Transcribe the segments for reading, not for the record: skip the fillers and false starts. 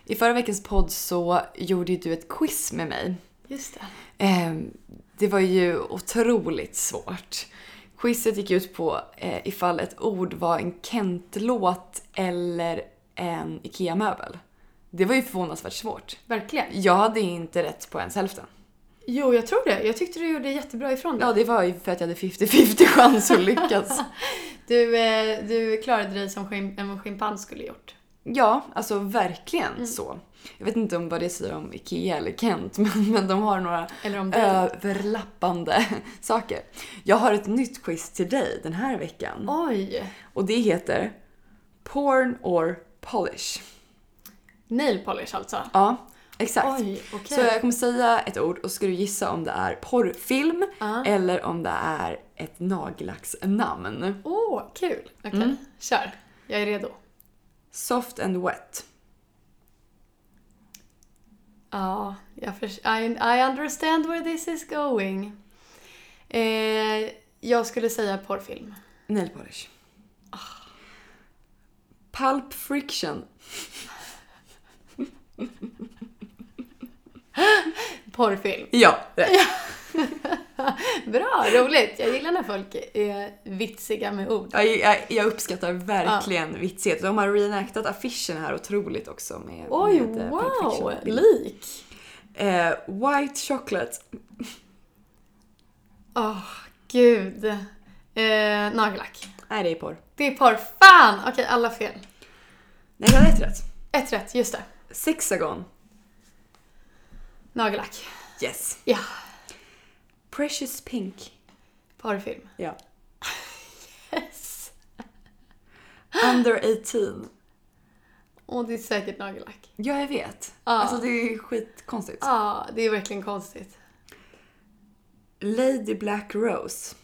I förra veckans podd så gjorde du ett quiz med mig. Just det. Det var ju otroligt svårt. Quizet gick ut på ifall ett ord var en Kent-låt eller en Ikea-möbel. Det var ju förvånansvärt svårt. Verkligen. Jag hade inte rätt på ens hälften. Jo, jag tror det. Jag tyckte du gjorde jättebra ifrån det. Ja, det var ju för att jag hade 50-50 chans att lyckas. Du klarade dig som en schimpans skulle gjort. Ja, alltså verkligen så. Jag vet inte om vad det säger om Ikea eller Kent, men de har några överlappande saker. Jag har ett nytt quiz till dig den här veckan. Oj! Och det heter Porn or Polish. Nail polish alltså? Ja, exakt. Oj, okay. Så jag kommer säga ett ord och ska du gissa om det är porrfilm eller om det är ett nagellacksnamn. Kul. Okej, kör. Jag är redo. Soft and wet. Ja, I understand where this is going. Jag skulle säga porrfilm. Nail polish. Pulp friction. Porrfilm. Ja, rätt. Bra, roligt. Jag gillar när folk är vitsiga med ord. Jag uppskattar verkligen vitsighet. De har reenactat affischen här otroligt också. Med wow, lik. White chocolate. Gud. Nagellack. Nej, det är porr. Det är porr. Fan! Okej, alla fel. Nej, jag hade ett rätt. Ett rätt, just det. Sexagon. Nagellack. Yes. Ja. Precious pink. Porrfilm. Ja. Yes. Under 18. Det är säkert nagellack. Ja, jag vet. Alltså, det är skitkonstigt. Ja, det är verkligen konstigt. Lady Black Rose.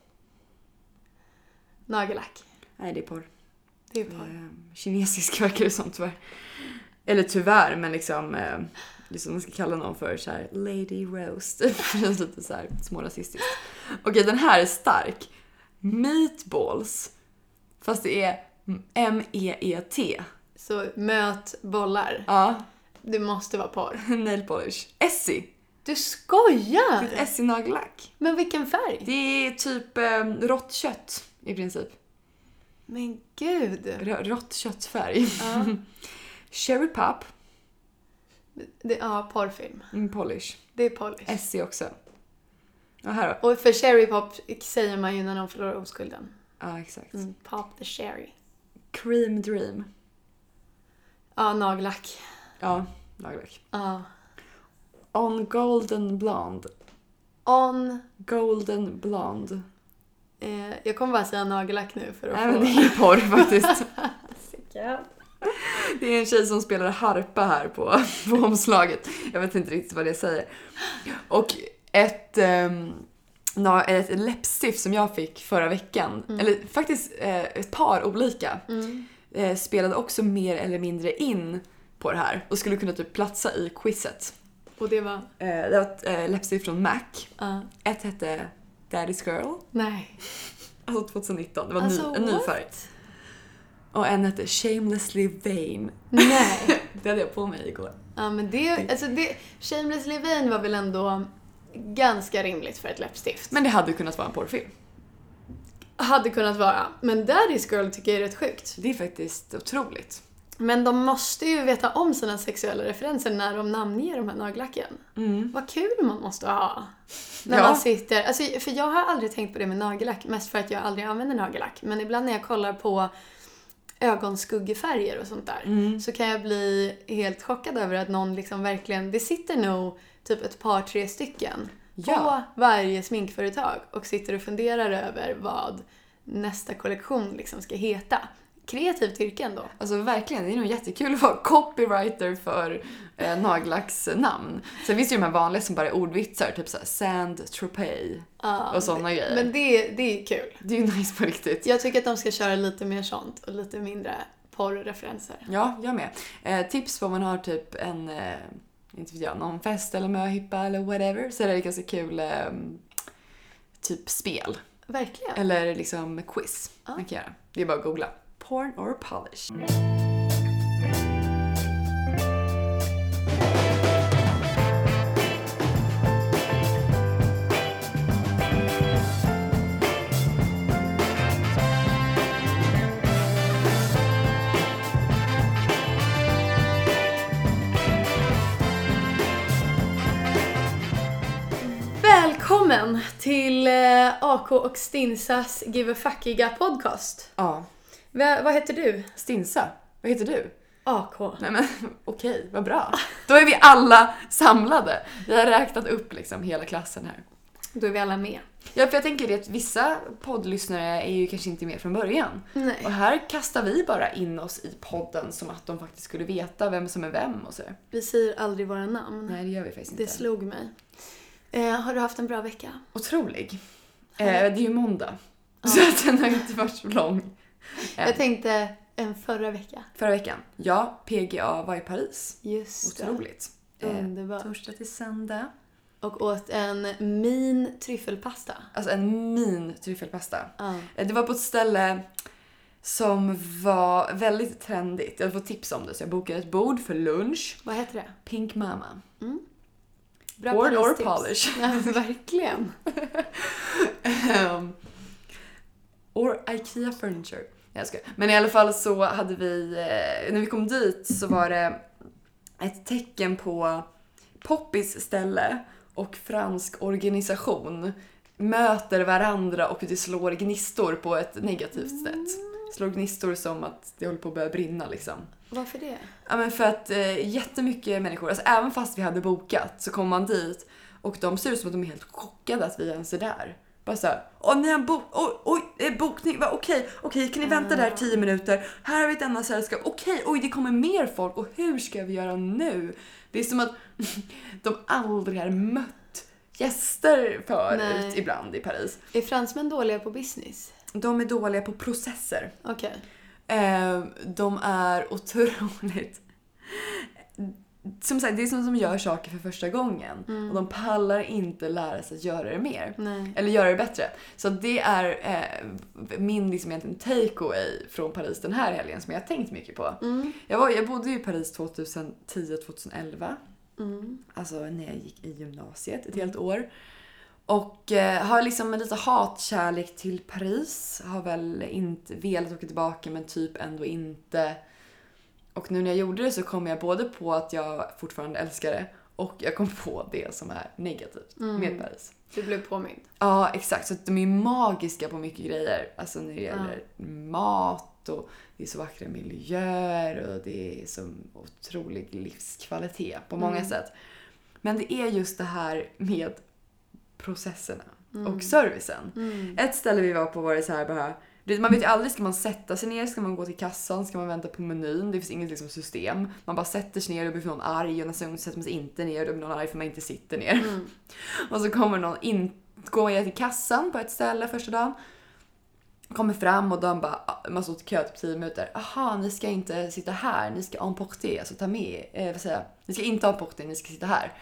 Nagellack. Nej, det är porr. Det är porr. Kinesisk verkar det som tyvärr. Eller tyvärr, men liksom man ska kalla någon för så här Lady Roast. Lite så här smårasistiskt. Okej, den här är stark. Meatballs. Fast det är M-E-E-T. Så möt bollar. Ja. Det måste vara porr. Nail polish. Essie. Du skojar! Det är ett Essie-nagellack. Men vilken färg? Det är typ rått kött i princip. Men gud. Rått köttfärg. Cherry pop. Porrfilm. Polish. Det är polish. Essie också. Och här då. Och för cherry pop säger man ju när någon förlorar oskulden. Ja, exakt. Pop the cherry. Cream dream. Ja, nagellack. Ja, nagellack. Ja. On golden blonde. On. Golden blonde. Jag kommer bara säga nagellack nu för att få... men det är porr faktiskt. Ja. Det är en tjej som spelar harpa här på omslaget. Jag vet inte riktigt vad det säger. Och ett läppstift som jag fick förra veckan. Eller faktiskt ett par olika. Spelade också mer eller mindre in på det här. Och skulle kunna typ platsa i quizet. Och det var? Det var ett läppstift från MAC. Ett hette Daddy's Girl. Nej. Alltså 2019. Det var en ny färg. Och en hette Shamelessly Vain. Nej. Det hade jag på mig igår. Ja, men Shamelessly Vain var väl ändå ganska rimligt för ett läppstift. Men det hade kunnat vara en porrfilm. Hade kunnat vara. Men Daddy's Girl tycker jag är rätt sjukt. Det är faktiskt otroligt. Men de måste ju veta om sina sexuella referenser när de namnger de här nagellacken. Vad kul man måste ha. När man sitter... Alltså, för jag har aldrig tänkt på det med nagellack. Mest för att jag aldrig använder nagellack. Men ibland när jag kollar på ögonskuggefärger och sånt där. Så kan jag bli helt chockad över att någon liksom verkligen... Det sitter nog typ ett par, 3 stycken på varje sminkföretag. Och sitter och funderar över vad nästa kollektion liksom ska heta. Kreativt yrke ändå. Alltså verkligen, det är nog jättekul att vara copywriter för nagellacksnamn. Sen finns det ju de här vanliga som bara är ordvitsar, typ såhär Sand Tropez och sådana grejer. Men det är kul. Det är ju nice på riktigt. Jag tycker att de ska köra lite mer sånt och lite mindre porrreferenser. Ja, jag med. Tips på om man har typ inte vet jag, någon fest eller möhippa eller whatever, så är det ganska kul typ spel. Verkligen. Eller liksom quiz. Man kan göra. Det är bara att googla. Porn or polish. välkommen till AK och Stinsas Give a Fuckiga podcast. Ja. Vad heter du? Stinsa. Vad heter du? AK. Nej men okej, vad bra. Då är vi alla samlade. Vi har räknat upp liksom hela klassen här. Då är vi alla med. Ja, för jag tänker det att vissa poddlyssnare är ju kanske inte med från början. Nej. Och här kastar vi bara in oss i podden som att de faktiskt skulle veta vem som är vem och så. Vi säger aldrig våra namn. Nej, det gör vi faktiskt Det inte. slog mig. Har du haft en bra vecka? Otrolig. Det är ju måndag. Så att den har inte varit så lång. Jag tänkte en förra vecka. Förra veckan. Ja, PGA var i Paris. Just det. Otroligt. Underbart. Torsdag till söndag. Och åt en min tryffelpasta. Alltså en min tryffelpasta. Ja. Det var på ett ställe som var väldigt trendigt. Jag hade fått tips om det så jag bokade ett bord för lunch. Vad heter det? Pink Mama. Bra Board or Paris-tips. polish. Ja, verkligen. Or IKEA furniture. Jag skojar. Men i alla fall så hade vi, när vi kom dit så var det ett tecken på poppis ställe och fransk organisation möter varandra och det slår gnistor på ett negativt sätt. Slår gnistor som att det håller på att börja brinna liksom. Varför det? Ja men för att jättemycket människor, alltså även fast vi hade bokat så kom man dit och de ser ut som att de är helt chockade att vi ens är där. Bara såhär, ni har bokning, okej, kan ni vänta där 10 minuter? Här har vi ett enda sällskap, oj det kommer mer folk och hur ska vi göra nu? Det är som att de aldrig har mött gäster förut ibland i Paris. Är fransmän dåliga på business? De är dåliga på processer. Okej. De är otroligt... Som sagt, det är som att de gör saker för första gången. Och de pallar inte lära sig att göra det mer. Nej. Eller göra det bättre. Så det är min liksom egentligen takeaway från Paris den här helgen som jag har tänkt mycket på. Jag bodde ju i Paris 2010-2011. Alltså när jag gick i gymnasiet ett helt år. Och har liksom en lite hatkärlek till Paris. Har väl inte velat åka tillbaka men typ ändå inte. Och nu när jag gjorde det så kom jag både på att jag fortfarande älskar det och jag kom på det som är negativt med Paris. Du blev påmind. Ja, exakt. Så de är magiska på mycket grejer. Alltså när det gäller mat och det är så vackra miljöer och det är så otrolig livskvalitet på många sätt. Men det är just det här med processerna och servicen. Ett ställe vi var på var det så här bara... Man vet ju aldrig, ska man sätta sig ner, ska man gå till kassan, ska man vänta på menyn, det finns inget liksom system. Man bara sätter sig ner och blir någon arg och nästa gång sätter man sig inte ner och då blir någon arg för man inte sitter ner. Och så kommer någon går jag till kassan på ett ställe första dagen, kommer fram och de bara, man står till kö typ 10 minuter. Aha, ni ska inte sitta här, ni ska emporter, alltså ta med, ni ska inte emporter, ni ska sitta här.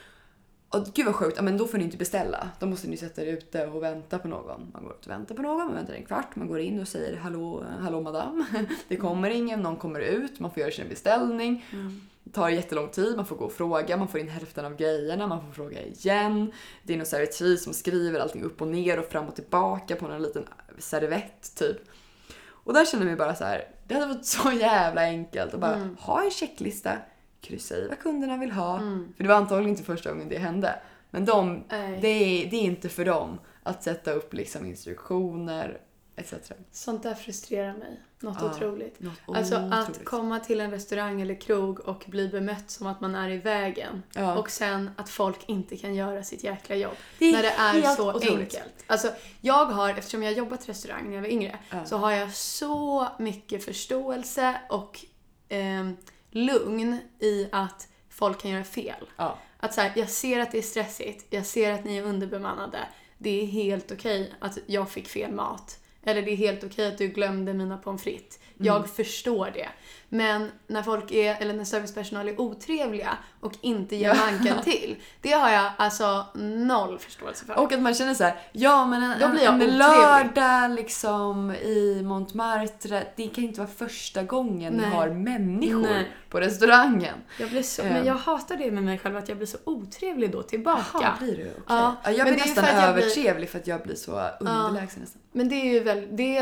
Och gud vad sjukt, men då får ni inte beställa. Då måste ni sätta er ute och vänta på någon. Man går ut och väntar på någon, man väntar en kvart. Man går in och säger hallå madame. Det kommer ingen, någon kommer ut. Man får göra sin beställning. Det tar jättelång tid, man får gå och fråga. Man får in hälften av grejerna, man får fråga igen. Det är någon servitris som skriver allting upp och ner och fram och tillbaka på en liten servett typ. Och där känner jag mig bara så här, det hade varit så jävla enkelt att bara ha en checklista. Kryssa i vad kunderna vill ha. För det var antagligen inte första gången det hände. Men det är inte för dem att sätta upp liksom instruktioner etc. Sånt där frustrerar mig. Något otroligt. Alltså att komma till en restaurang eller krog och bli bemött som att man är i vägen. Ja. Och sen att folk inte kan göra sitt jäkla jobb. Det är när det är så otroligt. enkelt. Alltså, eftersom jag jobbat i restaurang när jag var yngre. Så har jag så mycket förståelse och lugn i att folk kan göra fel. Att så här, jag ser att det är stressigt. Jag ser att ni är underbemannade. Det är helt okej att jag fick fel mat. Eller det är helt okej att du glömde mina pommes frites. Jag förstår det. Men när folk eller när servicepersonal är otrevliga och inte ger manken till. Det har jag alltså noll förståelse för. Och att man känner så här, en lördag liksom i Montmartre, det kan inte vara första gången ni har människor på restaurangen. Men jag hatar det med mig själv, att jag blir så otrevlig då tillbaka. Jaha, blir du? Okay. Ja, jag blir nästan övertrevlig för att jag blir så underlägsen nästan. Men det är ju det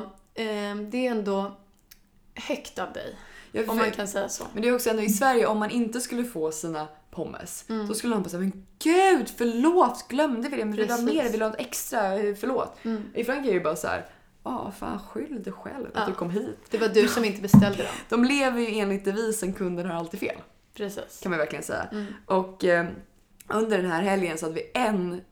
är ändå högt av dig. Om man kan säga så. Men det är också ändå i Sverige, om man inte skulle få sina pommes. Då skulle någon bara säga, men gud, förlåt, glömde vi det? Men vill du ha mer? Vill du ha något extra? Förlåt. I Frankrike är det bara så här, fan, skyll dig själv att du kom hit. Det var du som inte beställde dem. De lever ju enligt devisen, kunden har alltid fel. Precis. Kan man verkligen säga. Och under den här helgen så hade vi en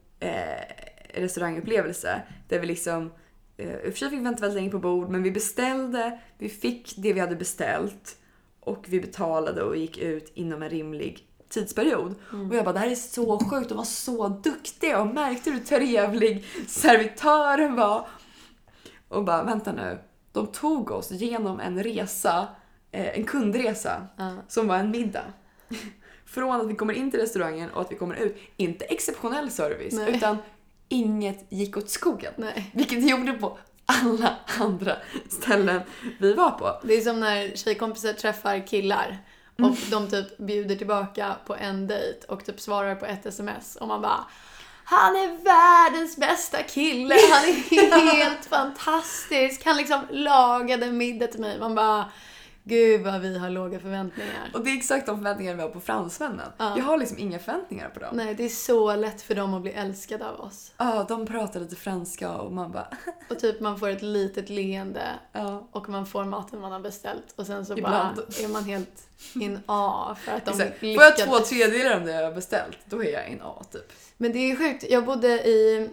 restaurangupplevelse där vi liksom i och för sig fick vänta väldigt länge på bord, men vi beställde, vi fick det vi hade beställt och vi betalade och gick ut inom en rimlig tidsperiod. Och jag bara, det här är så sjukt, de var så duktiga och märkte hur trevlig servitören var. Och bara, vänta nu, de tog oss genom en resa, en kundresa som var en middag. Från att vi kommer in till restaurangen och att vi kommer ut, inte exceptionell service, utan inget gick åt skogen. Nej. Vilket det gjorde på alla andra ställen vi var på. Det är som när tjejkompisar träffar killar och de typ bjuder tillbaka på en dejt och typ svarar på ett sms och man bara, han är världens bästa kille, han är helt fantastisk, han liksom lagade middag till mig. Man bara, gud vad vi har låga förväntningar. Och det är exakt de förväntningar vi har på fransmännen. Jag har liksom inga förväntningar på dem. Nej, det är så lätt för dem att bli älskade av oss. Ja, de pratar lite franska och man bara... Och typ man får ett litet leende och man får maten man har beställt. Och sen så ibland bara är man helt in A för att de lyckades. Får jag 2/3 av det jag har beställt, då är jag in A typ. Men det är sjukt. Jag bodde i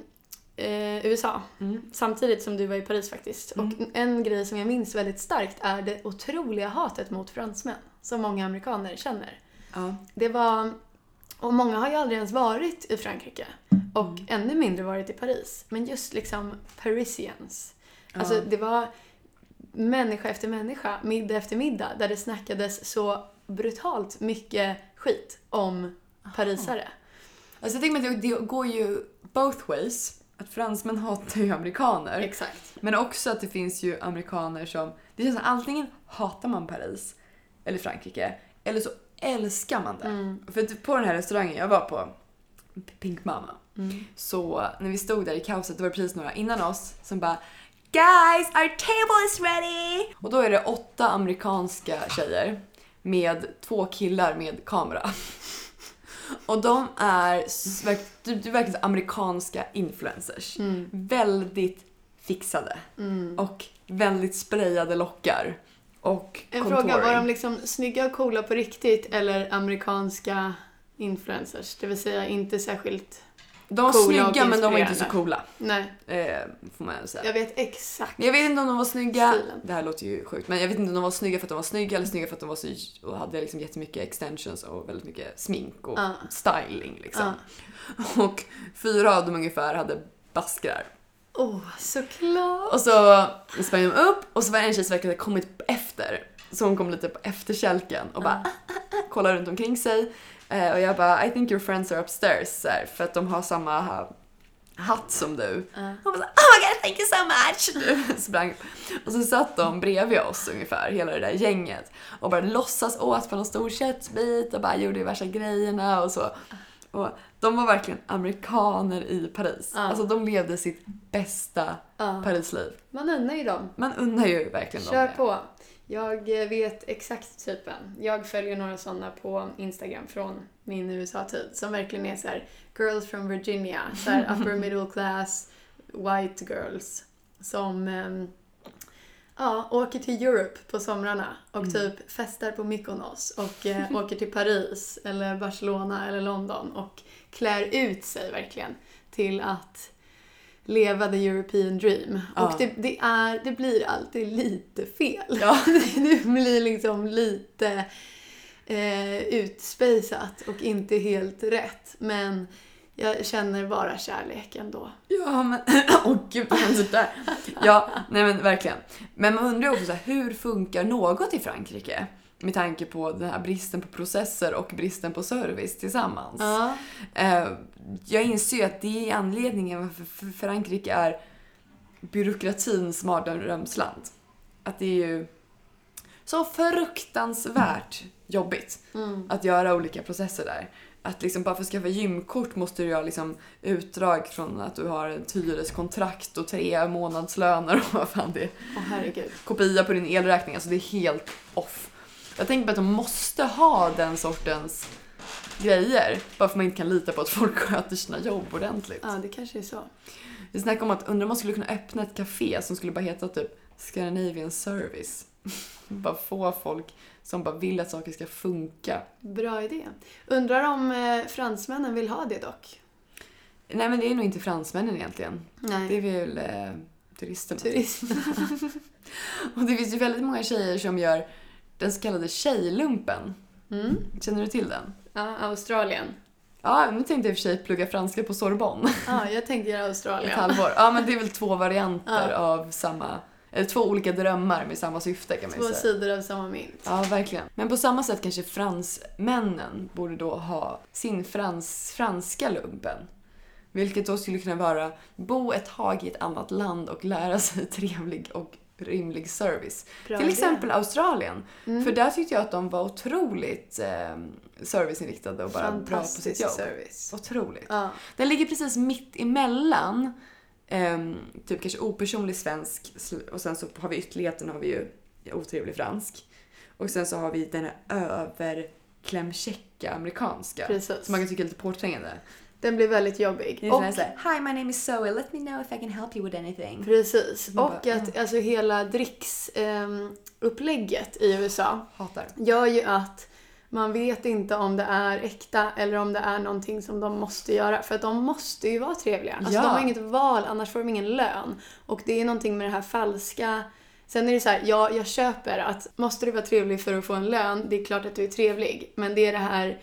USA samtidigt som du var i Paris faktiskt. Och en grej som jag minns väldigt starkt är det otroliga hatet mot fransmän som många amerikaner känner. Det var, och många har ju aldrig ens varit i Frankrike och ännu mindre varit i Paris. Men just liksom Parisians. Alltså det var människa efter människa, middag efter middag där det snackades så brutalt mycket skit om parisare. Alltså jag tänker mig att det går ju both ways. Att fransmän hatar ju amerikaner. Exakt. Men också att det finns ju amerikaner som... Det känns som antingen hatar man Paris eller Frankrike. Eller så älskar man det. För på den här restaurangen jag var på, Pink Mama. Så när vi stod där i kaoset, då var det precis några innan oss som bara, guys, our table is ready! Och då är det 8 amerikanska tjejer med 2 killar med kamera. Och de är verkligen amerikanska influencers. Väldigt fixade. Och väldigt sprayade lockar. Och en fråga, var de liksom snygga och coola på riktigt eller amerikanska influencers? Det vill säga inte särskilt de var snygga men de var inte så coola. Nej. Får man säga. Jag vet exakt. Jag vet inte om de var snygga. Stilen. Det här låter ju sjukt. Men jag vet inte om de var snygga för att de var snygga eller snygga för att de var så och hade liksom jättemycket extensions och väldigt mycket smink och styling liksom. Och 4 av dem ungefär hade baskrar. Såklart. Och så sprang de upp och så var en tjej som verkligen hade kommit efter. Så hon kom lite på efterkälken och bara kollar runt omkring sig. Och jag bara, I think your friends are upstairs. Så här, för att de har samma hatt som du. Hon bara, oh my god, thank you so much. Sprang upp. Och så satt de bredvid oss ungefär, hela det där gänget. Och bara låtsas åt på någon stor köttbit och bara gjorde värsta grejerna och så. Och de var verkligen amerikaner i Paris. Alltså de levde sitt bästa Parisliv. Man unnar ju dem. Man unnar ju verkligen dem. Kör på. Jag vet exakt typen. Jag följer några sådana på Instagram från min USA-tid som verkligen är så här girls from Virginia, så här upper middle class white girls som åker till Europe på somrarna och typ festar på Mykonos och åker till Paris eller Barcelona eller London och klär ut sig verkligen till att leva the European dream. Och det blir alltid lite fel. Ja. Det blir liksom lite utspejsat och inte helt rätt. Men jag känner bara kärlek ändå. Ja, men... gud, vad hemskt där. Ja, nej men verkligen. Men man undrar också så här, hur funkar något i Frankrike? Med tanke på den här bristen på processer och bristen på service tillsammans. Jag inser ju att det är anledningen varför Frankrike är byråkratins mardrömsland. Att det är ju så fruktansvärt jobbigt att göra olika processer där. Att liksom bara för att skaffa gymkort måste du göra liksom utdrag från att du har ett hyreskontrakt och 3 månadslöner och vad fan det är. Herregud. Kopia på din elräkning. Alltså det är helt off. Jag tänker på att de måste ha den sortens grejer. Bara för att man inte kan lita på att folk sköter sina jobb ordentligt. Ja, det kanske är så. Vi snackade om att undra om man skulle kunna öppna ett café som skulle bara heta typ Scandinavian Service. Bara få folk som bara vill att saker ska funka. Bra idé. Undrar om fransmännen vill ha det dock? Nej, men det är nog inte fransmännen egentligen. Nej. Det är väl turisterna. Och det finns ju väldigt många tjejer som gör den så kallade tjejlumpen. Känner du till den? Ja, Australien. Ja, nu tänkte jag i och för sig plugga franska på Sorbonne. Ja, jag tänkte göra Australien. Ett halvår. Ja, men det är väl 2 varianter av samma... Eller 2 olika drömmar med samma syfte kan man ju säga. 2 sidor av samma mynt. Ja, verkligen. Men på samma sätt kanske fransmännen borde då ha sin franska lumpen. Vilket då skulle kunna vara bo ett tag i ett annat land och lära sig trevlig och rimlig service. Bra Till idé. exempel Australien. För där tyckte jag att de var otroligt serviceinriktade och bara bra på sitt jobb. Service. Otroligt. Ja. Den ligger precis mitt emellan typ kanske opersonlig svensk och sen så har vi ytterligheten har vi ju otrevlig fransk. Och sen så har vi den överklämkäcka amerikanska. Precis. Som man kan tycka är lite påträngande. Den blir väldigt jobbig. Det är hi, my name is Zoe. Let me know if I can help you with anything. Precis. Man Och bara, att alltså, hela dricksupplägget i USA Hatar. gör ju att man vet inte om det är äkta eller om det är någonting som de måste göra. För att de måste ju vara trevliga. Alltså Ja. de har inget val, annars får de ingen lön. Och det är någonting med det här falska... Sen är det så här, ja, jag köper att måste du vara trevlig för att få en lön, det är klart att du är trevlig. Men det är det här...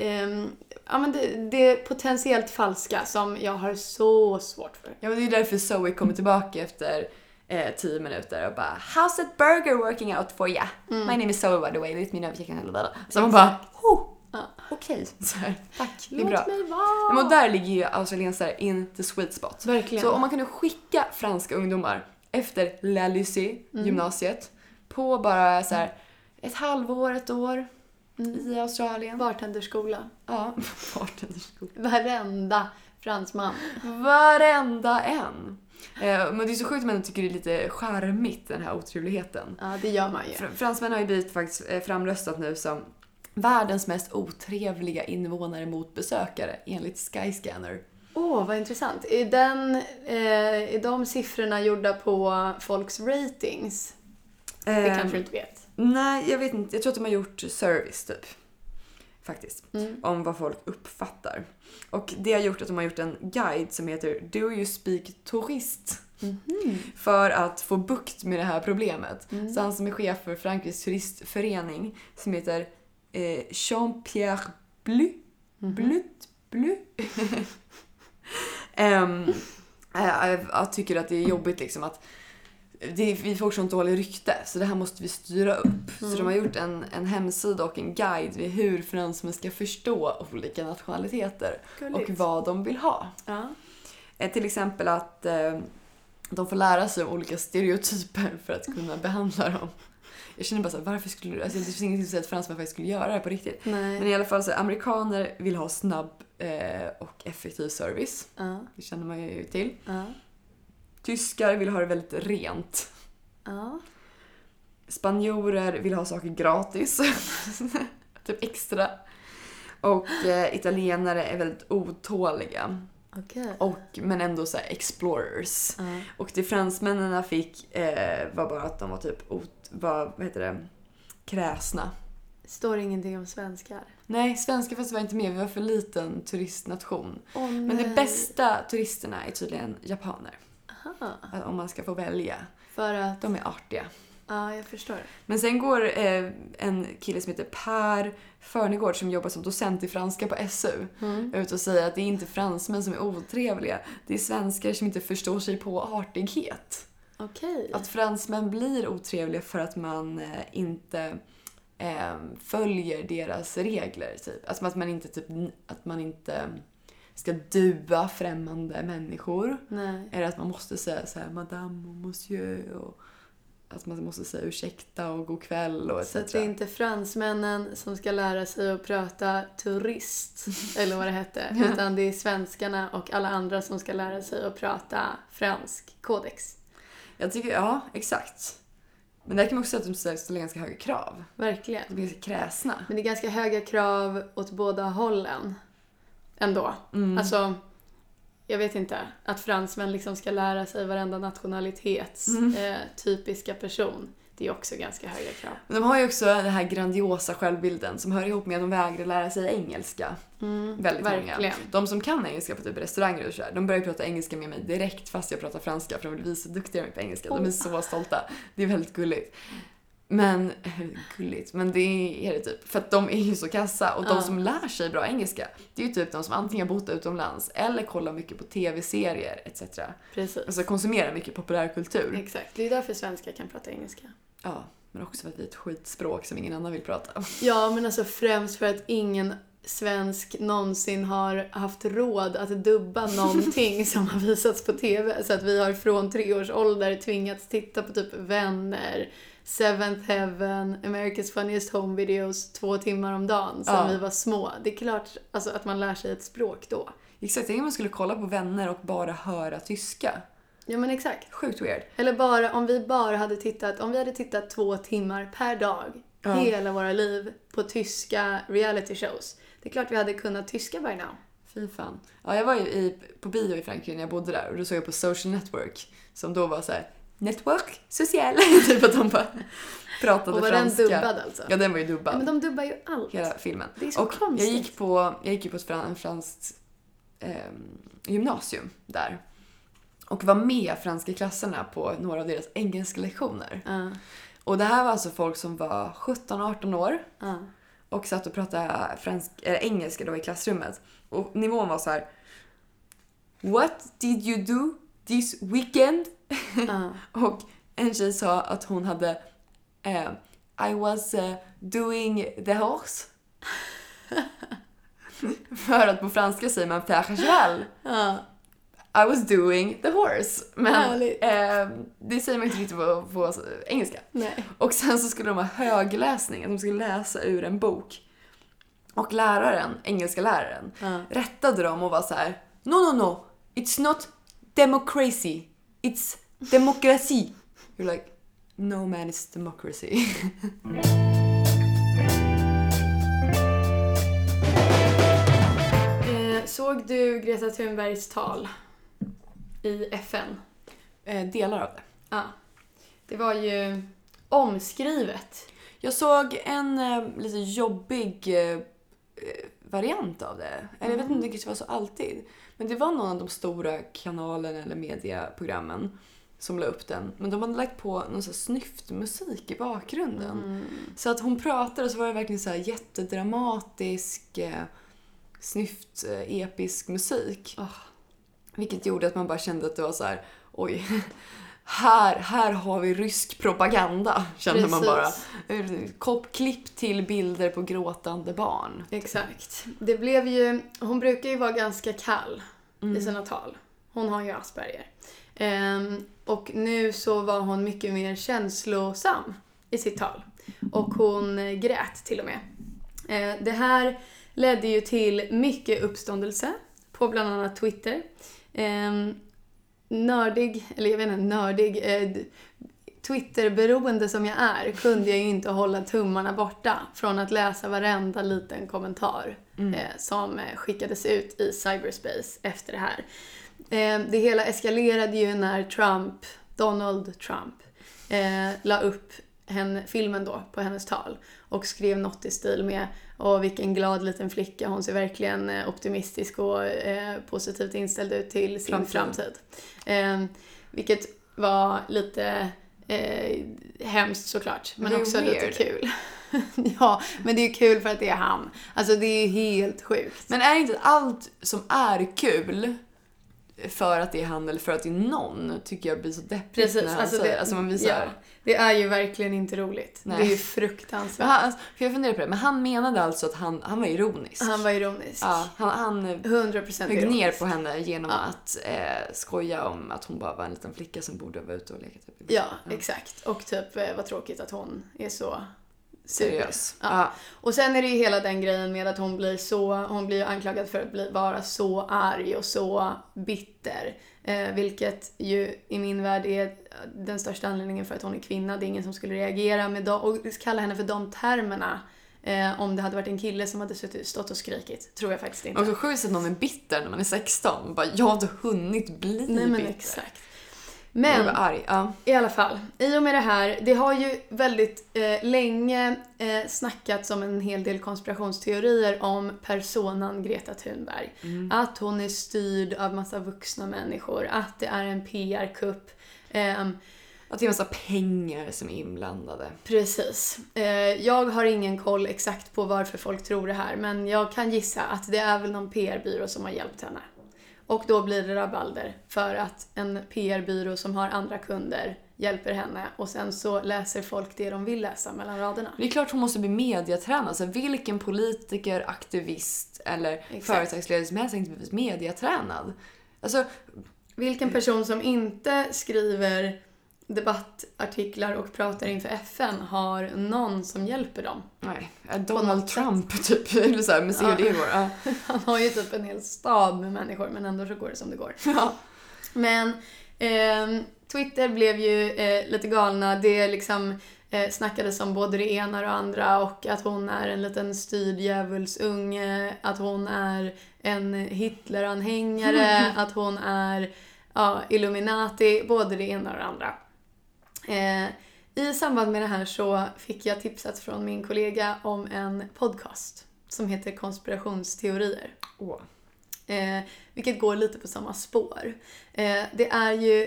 ja, men det är potentiellt falska som jag har så svårt för. Ja, men det är därför Zoe kommer tillbaka efter 10 minuter och bara how's that burger working out for ya? My name is Zoe by the way, let me know if you can handle that. Så man bara, okej. Så här, tack, det är bra. Låt mig vara. Men och där ligger ju australiensare in the sweet spot. Verkligen. Så om man kunde skicka franska ungdomar efter La Lycée, gymnasiet, på bara så här ett halvår, ett år i Australien. Bartenderskola. Ja, bartenderskola. Varenda fransman. Varenda en. Men det är så sjukt att man tycker det är lite charmigt, den här otrevligheten. Ja, det gör man ju. Fransmän har ju blivit faktiskt framröstat nu som världens mest otrevliga invånare mot besökare, enligt Skyscanner. Vad intressant. Är de siffrorna gjorda på folks ratings? Det kanske du inte vet. Nej, jag vet inte. Jag tror att de har gjort service typ. Faktiskt. Om vad folk uppfattar. Och det har gjort att de har gjort en guide som heter Do You Speak Tourist? För att få bukt med det här problemet. Så han som är chef för Frankrikes turistförening som heter Jean-Pierre Blu. Blu. Jag tycker att det är jobbigt liksom att vi får sånt dåligt rykte, så det här måste vi styra upp. Så de har gjort en hemsida och en guide vid hur fransmän ska förstå olika nationaliteter. Gulligt. Och vad de vill ha. Ja. Till exempel att de får lära sig om olika stereotyper för att kunna behandla dem. Jag känner bara så här, varför skulle du... Alltså, det finns inget som säger att fransmän faktiskt skulle göra det här på riktigt. Nej. Men i alla fall så amerikaner vill ha snabb och effektiv service. Ja. Det känner man ju till. Ja. Tyskar vill ha det väldigt rent. Ja. Spanjorer vill ha saker gratis. Typ extra. Och italienare är väldigt otåliga. Okej. Men ändå så här explorers. Ja. Och det fransmännen fick var bara att de var typ kräsna. Står ingenting om svenskar. Nej, svenskar fast var inte med. Vi var för liten turistnation. Men nej. de bästa turisterna är tydligen japaner. Aha. Om man ska få välja. För att... De är artiga. Ja, jag förstår. Men sen går en kille som heter Per Förnegård som jobbar som docent i franska på SU ut och säger att det är inte fransmän som är otrevliga. Det är svenskar som inte förstår sig på artighet. Okej. Att fransmän blir otrevliga för att man inte följer deras regler. Typ. Alltså att man inte ska dua främmande människor. Nej. Eller att man måste säga så här madame och monsieur och att man måste säga ursäkta och god kväll och etc. Så att det är inte fransmännen som ska lära sig att prata turist, eller vad det hette, utan det är svenskarna och alla andra som ska lära sig att prata fransk kodex. Jag tycker, ja, exakt. Men där kan man också säga att de ställer ganska höga krav. Verkligen. De är ganska kräsna. Men det är ganska höga krav åt båda hållen. Ändå. Alltså, jag vet inte. Att fransmän liksom ska lära sig varenda nationalitets typiska person. Det är också ganska höga krav. Men de har ju också den här grandiosa självbilden som hör ihop med att de vägrar lära sig engelska. Väldigt verkligen. många. De som kan engelska på typ restauranger och så här, de börjar prata engelska med mig direkt fast jag pratar franska för de vill visa duktiga på engelska. De är så stolta. Det är väldigt gulligt. Men det är det typ. För att de är ju så kassa. Och de som lär sig bra engelska, det är ju typ de som antingen bott utomlands eller kollar mycket på tv-serier etc. Precis. Alltså konsumerar mycket populärkultur. Exakt. Det är därför svenskar kan prata engelska. Ja, men också för att det är ett skitspråk som ingen annan vill prata. Ja, men alltså främst för att ingen svensk någonsin har haft råd att dubba någonting som har visats på tv. Så att vi har från 3 års ålder tvingats titta på typ Vänner, Seventh Heaven, America's Funniest Home Videos 2 timmar om dagen sen vi var små. Det är klart alltså, att man lär sig ett språk då. Exakt, jag man skulle kolla på Vänner och bara höra tyska. Ja men exakt. Sjukt weird. Eller bara om vi hade tittat 2 timmar per dag hela våra liv på tyska reality shows. Det är klart vi hade kunnat tyska by now. Fy fan. Ja, jag var ju på bio i Frankrike när jag bodde där och då såg jag på Social Network som då var så här network, social. Typ att de bara pratade franska. Och var den dubbad alltså? Ja, den var ju dubbad. Ja, men de dubbar ju allt. Hela filmen. Det är så och konstigt. Jag gick ju på ett franskt gymnasium där. Och var med franska klasserna på några av deras engelska lektioner. Och det här var alltså folk som var 17-18 år. Och satt och pratade engelska då i klassrummet. Och nivån var så här: What did you do this weekend? Och en tjej sa att hon hade I was doing the horse. För att på franska säger man faire cheval. I was doing the horse. Men det säger man inte riktigt på engelska. Nej. Och sen så skulle de ha högläsning. Att de skulle läsa ur en bok. Och läraren, engelska läraren, rättade dem och var så här: No. It's not democracy. It's democracy. You're like, no man, it's democracy. Såg du Greta Thunbergs tal i FN? Delar av det. Ja. Det var ju omskrivet. Jag såg en lite jobbig variant av det. Eller jag vet inte om det kanske var så alltid. Men det var någon av de stora kanalerna eller mediaprogrammen som la upp den. Men de hade lagt på någon sån här snyftmusik i bakgrunden. Så att hon pratade så var det verkligen så här jättedramatisk episk musik. Vilket gjorde att man bara kände att det var så här: oj, här har vi rysk propaganda, kände man bara. Klipp till bilder på gråtande barn. Exakt. Det blev ju, hon brukar ju vara ganska kall i sina tal. Hon har ju Asperger. Och nu så var hon mycket mer känslosam i sitt tal. Och hon grät till och med. Det här ledde ju till mycket uppståndelse på bland annat Twitter. Twitterberoende som jag är kunde jag ju inte hålla tummarna borta från att läsa varenda liten kommentar som skickades ut i cyberspace efter det här. Det hela eskalerade ju när Donald Trump la upp filmen då på hennes tal och skrev något i stil med: vilken glad liten flicka, hon ser verkligen optimistisk och positivt inställd ut till sin framtid. Vilket var lite hemskt såklart, men också weird. Lite kul. Ja, men det är ju kul för att det är han. Alltså det är ju helt sjukt. Men är inte allt som är kul för att det är han eller för att det är någon, tycker jag blir så deppigt. Precis, när han säger, alltså man visar. Ja, det är ju verkligen inte roligt. Nej. Det är ju fruktansvärt. För jag funderar på det, men han menade alltså att han var ironisk. Han var ironisk. Ja, han 100% högg ner på henne genom att skoja om att hon bara var en liten flicka som borde vara ute och leka. Typ. Ja, exakt. Och typ vad tråkigt att hon är så seriös. Ja. Och sen är det ju hela den grejen med att hon blir ju anklagad för att vara så arg och så bitter. Vilket ju i min värld är den största anledningen för att hon är kvinna. Det är ingen som skulle reagera med och kalla henne för de termerna. Om det hade varit en kille som hade stått och skrikit. Tror jag faktiskt inte. Och så sjukt att någon är bitter när man är 16. Bara, jag har inte hunnit bli bitter. Exakt. Men arg. Ja. I alla fall, i och med det här, det har ju väldigt länge snackats om en hel del konspirationsteorier om personan Greta Thunberg. Att hon är styrd av massa vuxna människor, att det är en PR-kupp. Att det är massa pengar som är inblandade. Precis. Jag har ingen koll exakt på varför folk tror det här, men jag kan gissa att det är väl någon PR-byrå som har hjälpt henne. Och då blir det rabalder för att en PR-byrå som har andra kunder hjälper henne. Och sen så läser folk det de vill läsa mellan raderna. Det är klart hon måste bli mediatränad. Alltså, vilken politiker, aktivist eller företagsledare som helst inte blivit mediatränad. Alltså, vilken person som inte skriver debattartiklar och pratar inför FN har någon som hjälper dem. Nej, Donald Trump typ. Eller så här, men se hur det går. Ja. Han har ju typ en hel stad med människor, men ändå så går det som det går. Ja. Men Twitter blev ju lite galna. Det liksom snackades om både det ena och det andra, och att hon är en liten styrd djävulsunge, att hon är en Hitler-anhängare, att hon är Illuminati, både det ena och det andra. I samband med det här så fick jag tipsat från min kollega om en podcast som heter Konspirationsteorier. Vilket går lite på samma spår. Det är ju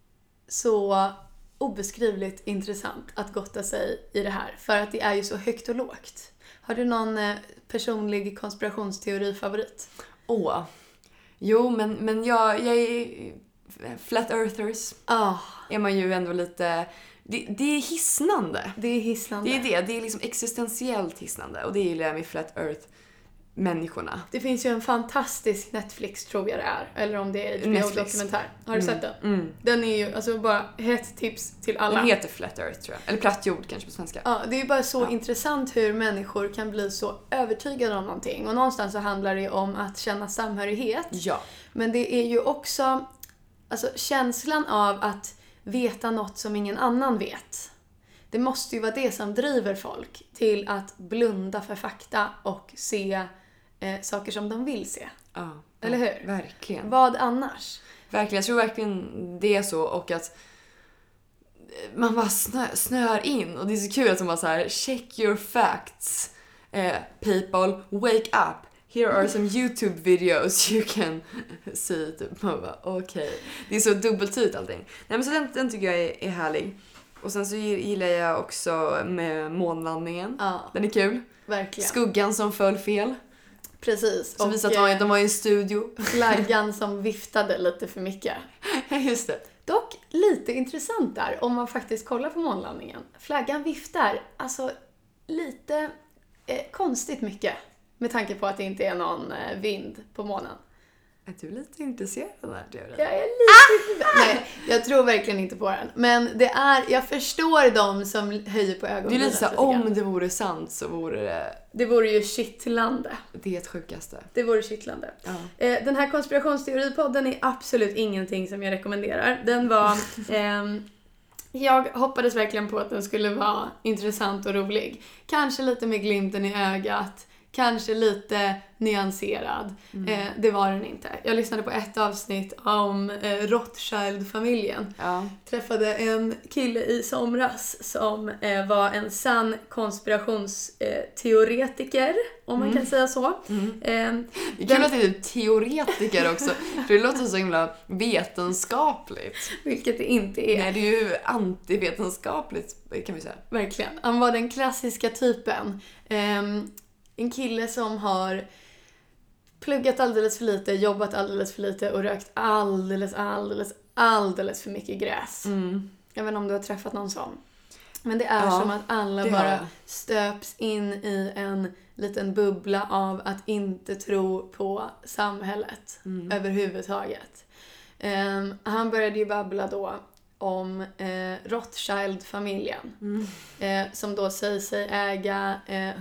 så obeskrivligt intressant att gotta sig i det här, för att det är ju så högt och lågt. Har du någon personlig konspirationsteori-favorit? Jo, men jag är Flat Earthers. Är man ju ändå lite... Det är hisnande. Det är hisnande. Det är liksom existentiellt hisnande. Och det gillar jag med Flat Earth-människorna. Det finns ju en fantastisk Netflix, tror jag det är. Eller om det är HBO-dokumentär. Har du sett den? Den är ju alltså bara ett tips till alla. Den heter Flat Earth, tror jag. Eller Platt jord kanske på svenska. Ja, det är ju bara så intressant hur människor kan bli så övertygade om någonting. Och någonstans så handlar det om att känna samhörighet. Ja. Men det är ju också alltså, känslan av att veta något som ingen annan vet. Det måste ju vara det som driver folk till att blunda för fakta och se saker som de vill se. Eller hur? Verkligen. Vad annars? Verkligen, jag tror verkligen det är så, och att man bara snör in, och det är så kul att de bara så här: check your facts, people, wake up. Here are some YouTube videos you can see. Typ. Man bara, okej. Det är så dubbeltydigt allting. Nej, men så den tycker jag är härlig. Och sen så gillar jag också med månlandningen. Den är kul. Verkligen. Skuggan som föll fel. Precis. Som visar att de var i en studio. Flaggan som viftade lite för mycket. Just det. Dock lite intressant där, om man faktiskt kollar på månlandningen. Flaggan viftar alltså lite konstigt mycket. Med tanke på att det inte är någon vind på månen. Är du lite intresserad av den här teorin? Jag är lite... Nej, jag tror verkligen inte på den. Men det är... Jag förstår dem som höjer på ögonen. Det är lite så, om det vore sant så vore det... Det vore ju kittlande. Det är ett sjukaste. Det vore kittlande. Den här konspirationsteoripodden är absolut ingenting som jag rekommenderar. Den var... Jag hoppades verkligen på att den skulle vara intressant och rolig. Kanske lite med glimten i ögat. Kanske lite nyanserad. Det var den inte. Jag lyssnade på ett avsnitt om Rothschild-familjen. Träffade en kille i somras som var en sann konspirationsteoretiker, om man kan säga så. Det är kul att det är teoretiker också. För det låter så himla vetenskapligt. Vilket det inte är. Nej, det är ju antivetenskapligt, kan vi säga. Verkligen. Han var den klassiska typen. En kille som har pluggat alldeles för lite, jobbat alldeles för lite och rökt alldeles för mycket gräs. Jag vet inte om du har träffat någon sån. Men det är som att alla bara stöps in i en liten bubbla av att inte tro på samhället överhuvudtaget. Han började ju babbla då om Rothschild-familjen. Som då säger sig äga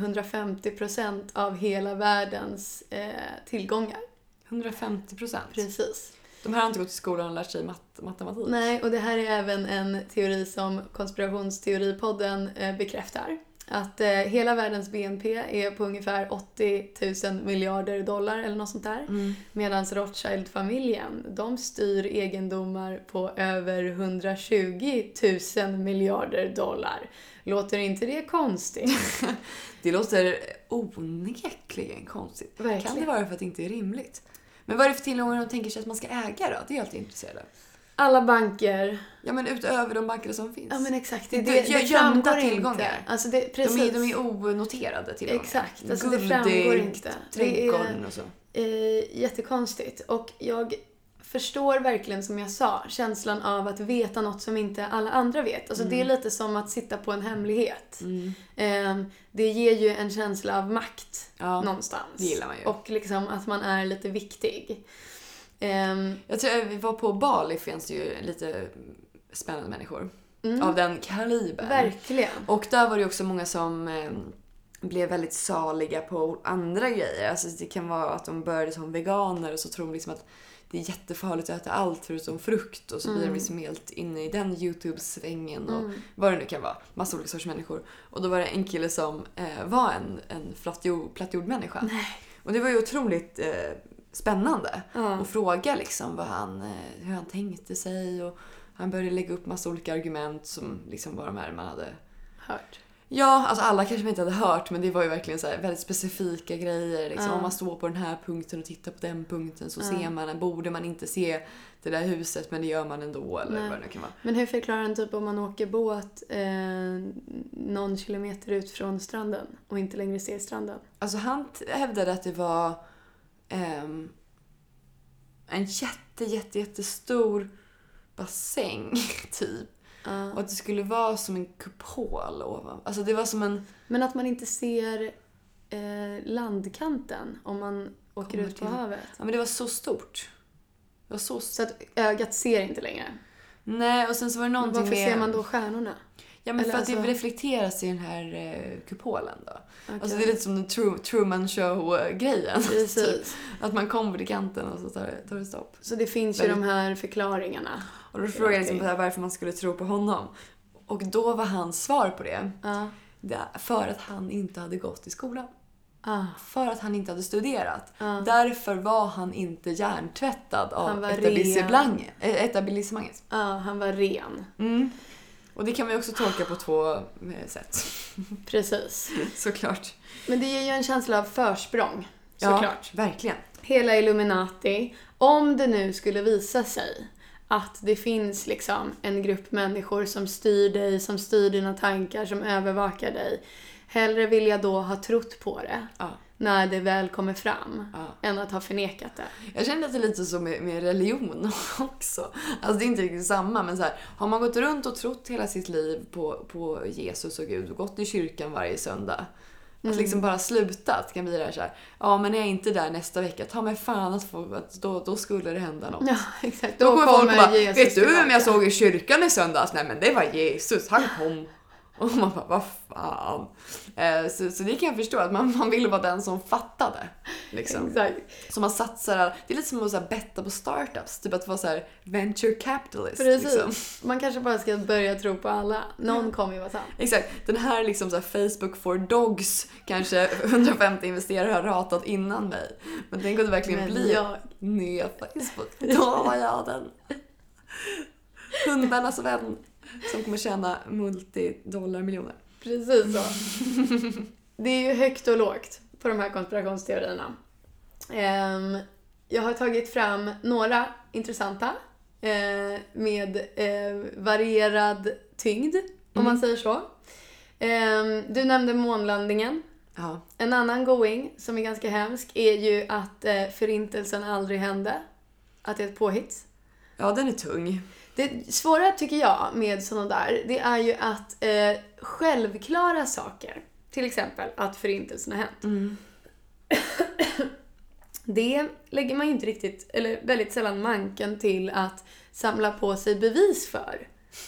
150% av hela världens tillgångar. 150%? Precis. De här har inte gått till skolan och lärt sig matematik. Nej, och det här är även en teori som konspirationsteoripodden bekräftar. Att hela världens BNP är på ungefär 80 000 miljarder dollar eller något sånt där. Medan Rothschild-familjen, de styr egendomar på över 120 000 miljarder dollar. Låter inte det konstigt? Det låter onekligen konstigt. Verkligen. Kan det vara för att det inte är rimligt? Men vad är det för tillgångar de tänker sig att man ska äga då? Det är jag alltid intresserad av. Alla banker. Ja, men utöver de banker som finns. Ja, men exakt. Det gömda tillgångar. Inte. Alltså det, precis. De är onoterade tillgångar. Exakt. Alltså det framgår inte. Trädgården och så. Jättekonstigt. Och jag förstår verkligen, som jag sa, känslan av att veta något som inte alla andra vet. Alltså det är lite som att sitta på en hemlighet. Det ger ju en känsla av makt någonstans. Det gillar man ju. Och liksom att man är lite viktig. Jag tror vi var på Bali, finns det ju lite spännande människor. Av den kalibern. Verkligen. Och där var det också många som blev väldigt saliga på andra grejer. Alltså det kan vara att de började som veganer och så tror de liksom att det är jättefarligt att äta allt förutom frukt. Och så blir de liksom helt inne i den YouTube-svängen och vad det nu kan vara. Massa olika sorts människor. Och då var det en kille som var en plattjordmänniska. Nej. Och det var ju otroligt spännande att fråga liksom hur han tänkte sig. Och han började lägga upp massa olika argument som liksom var de här man hade hört. Ja, alltså alla kanske inte hade hört, men det var ju verkligen så här väldigt specifika grejer. Liksom. Om man står på den här punkten och tittar på den punkten så ser man, borde man inte se det där huset, men det gör man ändå. Eller vad det kan vara. Men hur förklarar han typ om man åker båt någon kilometer ut från stranden och inte längre ser stranden? Alltså han hävdade att det var en jättestor bassäng typ. Och att det skulle vara som en kupol ovan. Alltså det var som en... Men att man inte ser landkanten om man åker ut på havet. Ja, men det var så stort. Det var så att ögat ser inte längre. Nej, och sen så var det någonting. Men varför ser man då stjärnorna? Ja, men för att det reflekteras i den här kupolen då. Okay. Alltså det är lite som den Truman Show-grejen. Precis. Typ. Att man kommer till kanten och så tar det stopp. Så det finns ju de här förklaringarna. Och då frågade jag liksom varför man skulle tro på honom. Och då var hans svar på det. För att han inte hade gått i skolan. För att han inte hade studerat. Därför var han inte hjärntvättad av etablissemanget. Han var ren. Och det kan man ju också tolka på två sätt. Precis. Såklart. Men det ger ju en känsla av försprång. Såklart. Ja, verkligen. Hela Illuminati. Om det nu skulle visa sig att det finns liksom en grupp människor som styr dig, som styr dina tankar, som övervakar dig. Hellre vill jag då ha trott på det när det väl kommer fram än att ha förnekat det. Jag känner att det är lite så med religion också. Alltså det är inte riktigt samma, men så här, har man gått runt och trott hela sitt liv på Jesus och Gud och gått i kyrkan varje söndag. Att liksom bara slutat kan bli det här så här. Ja, men är jag inte där nästa vecka, ta mig fan att då skulle det hända något. Ja, exakt. Då kommer folk bara, vet du vem jag såg i kyrkan i söndags? Nej, men det var Jesus, han kom. Och man bara, vad fan. Så det kan jag förstå, att man ville vara den som fattade. Liksom. Exakt. Så man satsar, det är lite som att så här, betta på startups. Typ att vara så här venture capitalist. Precis. Liksom. Man kanske bara ska börja tro på alla. Någon kommer ju vara sann. Exakt. Den här, liksom, så här Facebook for dogs kanske 150 investerare har ratat innan mig. Men tänk att det verkligen blir nya Facebook. Då var jag den. Hundarnas vän. Som kommer tjäna multidollar-miljoner. Precis så. Det är ju högt och lågt på de här konspirationsteorierna. Jag har tagit fram några intressanta med varierad tyngd, om man säger så. Du nämnde månlandningen. Ja. En annan going som är ganska hemsk är ju att förintelsen aldrig hände. Att det är ett påhitt. Ja, den är tung. Det svåra tycker jag med sådana där, det är ju att självklara saker, till exempel att förintelsen har hänt. Det lägger man ju inte riktigt, eller väldigt sällan manken till att samla på sig bevis för.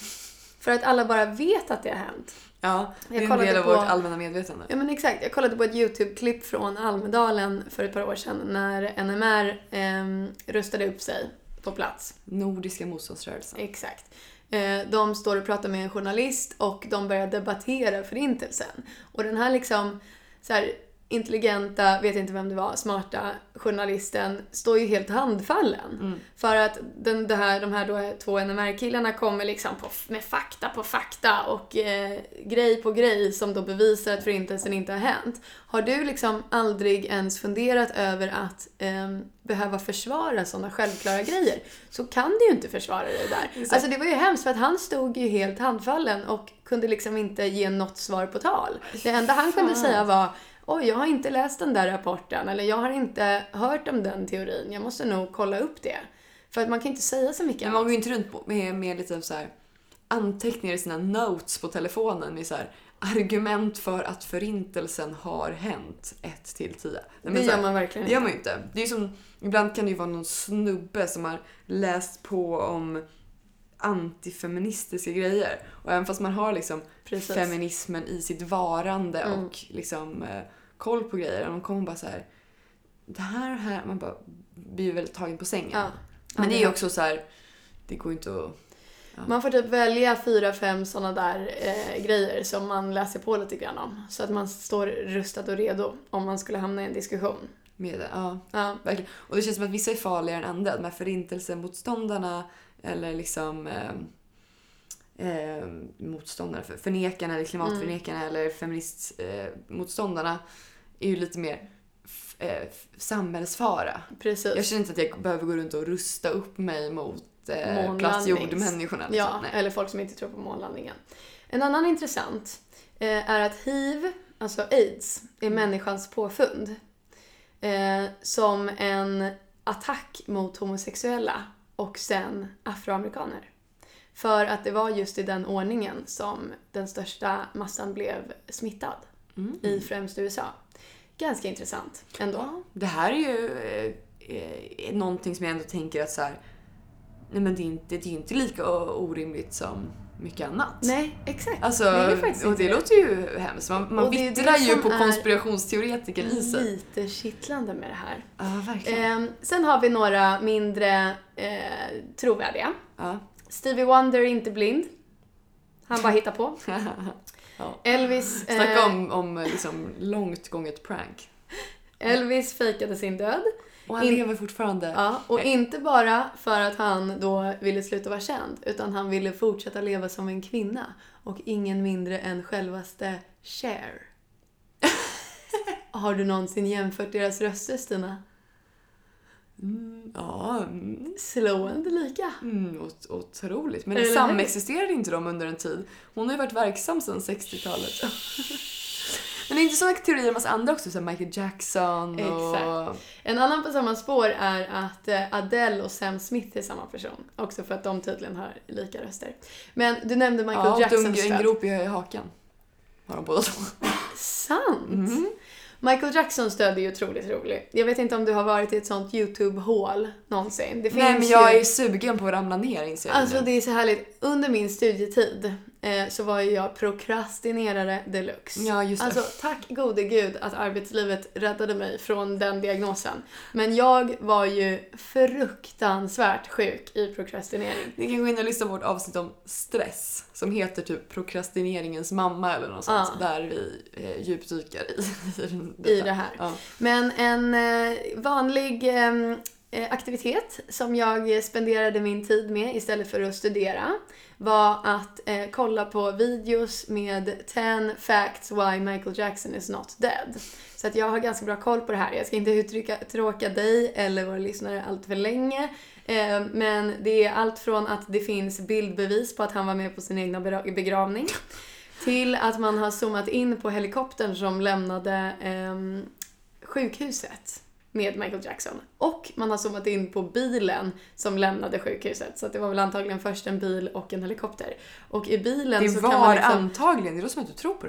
För att alla bara vet att det har hänt. Ja, det är en del av vårt allmänna medvetande. Ja, men exakt. Jag kollade på ett YouTube-klipp från Almedalen för ett par år sedan när NMR rustade upp sig på plats. Nordiska motståndsrörelsen. Exakt. De står och pratar med en journalist och de börjar debattera förintelsen. Och den här liksom så här intelligenta, vet inte vem det var, smarta journalisten står ju helt handfallen. För att de här då 2 NMR-killarna kommer liksom med fakta på fakta och grej på grej som då bevisar att förintelsen inte har hänt. Har du liksom aldrig ens funderat över att behöva försvara sådana självklara grejer, så kan du ju inte försvara det där. Alltså det var ju hemskt för att han stod ju helt handfallen och kunde liksom inte ge något svar på tal. Det enda han kunde säga var: oj, jag har inte läst den där rapporten, eller jag har inte hört om den teorin. Jag måste nog kolla upp det. För att man kan inte säga så mycket. Men man går ju inte runt med lite så här anteckningar i sina notes på telefonen med så här argument för att förintelsen har hänt 1-10. Det gör man verkligen inte. Det gör man ju inte. Det är som, ibland kan det ju vara någon snubbe som har läst på om antifeministiska grejer. Och även fast man har liksom feminismen i sitt varande och liksom koll på grejer. Och de kommer bara så här, det här, man bara blir väldigt tagen på sängen. Ja. Men det är ju också så här, det går inte att... Ja. Man får typ välja 4-5 sådana där grejer som man läser på lite grann om. Så att man står rustad och redo om man skulle hamna i en diskussion. Med det, ja. Verkligen. Och det känns som att vissa är farligare än andra. De här förintelsemotståndarna eller liksom motståndare, förnekarna eller klimatförnekarna eller feministmotståndarna är ju lite mer samhällsfara. Precis. Jag känner inte att jag behöver gå runt och rusta upp mig mot platsjordmänniskorna. Liksom. Ja, eller folk som inte tror på månlandningen. En annan intressant är att HIV, alltså AIDS, är människans påfund. Som en attack mot homosexuella och sen afroamerikaner. För att det var just i den ordningen som den största massan blev smittad i främst USA. Ganska intressant ändå. Ja, det här är ju någonting som jag ändå tänker att så här, nej men det är inte lika orimligt som mycket annat. Nej, exakt. Alltså, det och det låter ju hemskt. Man vittrar ju på konspirationsteoretiker i sig. Lite kittlande med det här. Ja, verkligen. Sen har vi några mindre trovärdiga. Ja. Stevie Wonder är inte blind. Han bara hittar på. Ja. Elvis... Snacka om liksom långt gånget prank. Elvis fejkade sin död. Och han lever fortfarande. Ja, och inte bara för att han då ville sluta vara känd, utan han ville fortsätta leva som en kvinna. Och ingen mindre än självaste Cher. Har du någonsin jämfört deras röster, Stina? Ja. Slående lika. Otroligt. Men det samexisterade inte de under en tid. Hon har ju varit verksam sedan 60-talet. Men det är inte sådana teorier om massa andra också, som Michael Jackson och... Exakt. En annan på samma spår är att Adele och Sam Smith är samma person. Också för att de tydligen har lika röster. Men du nämnde Michael Jacksons en grop i hakan. Har de båda två. Sant! Michael Jacksons död är ju otroligt rolig. Jag vet inte om du har varit i ett sånt YouTube-hål någonsin. Det finns men jag är sugen på att ramla ner, inser jag. Alltså det är så härligt. Under min studietid så var ju jag prokrastinerare deluxe. Ja, just det. Alltså tack gode gud att arbetslivet räddade mig från den diagnosen. Men jag var ju fruktansvärt sjuk i prokrastinering. Ni kan gå in och lyssna på vårt avsnitt om stress som heter typ prokrastineringens mamma eller något sånt, där vi djupdykar i det här. Ja. Men en vanlig aktivitet som jag spenderade min tid med istället för att studera var att kolla på videos med 10 facts why Michael Jackson is not dead. Så att jag har ganska bra koll på det här. Jag ska inte tråka dig eller våra lyssnare allt för länge. Men det är allt från att det finns bildbevis på att han var med på sin egna begravning till att man har zoomat in på helikoptern som lämnade sjukhuset med Michael Jackson. Och man har zoomat in på bilen som lämnade sjukhuset. Så att det var väl antagligen först en bil och en helikopter. Och i bilen det så var kan man liksom... antagligen, det är då som att du tror på det här.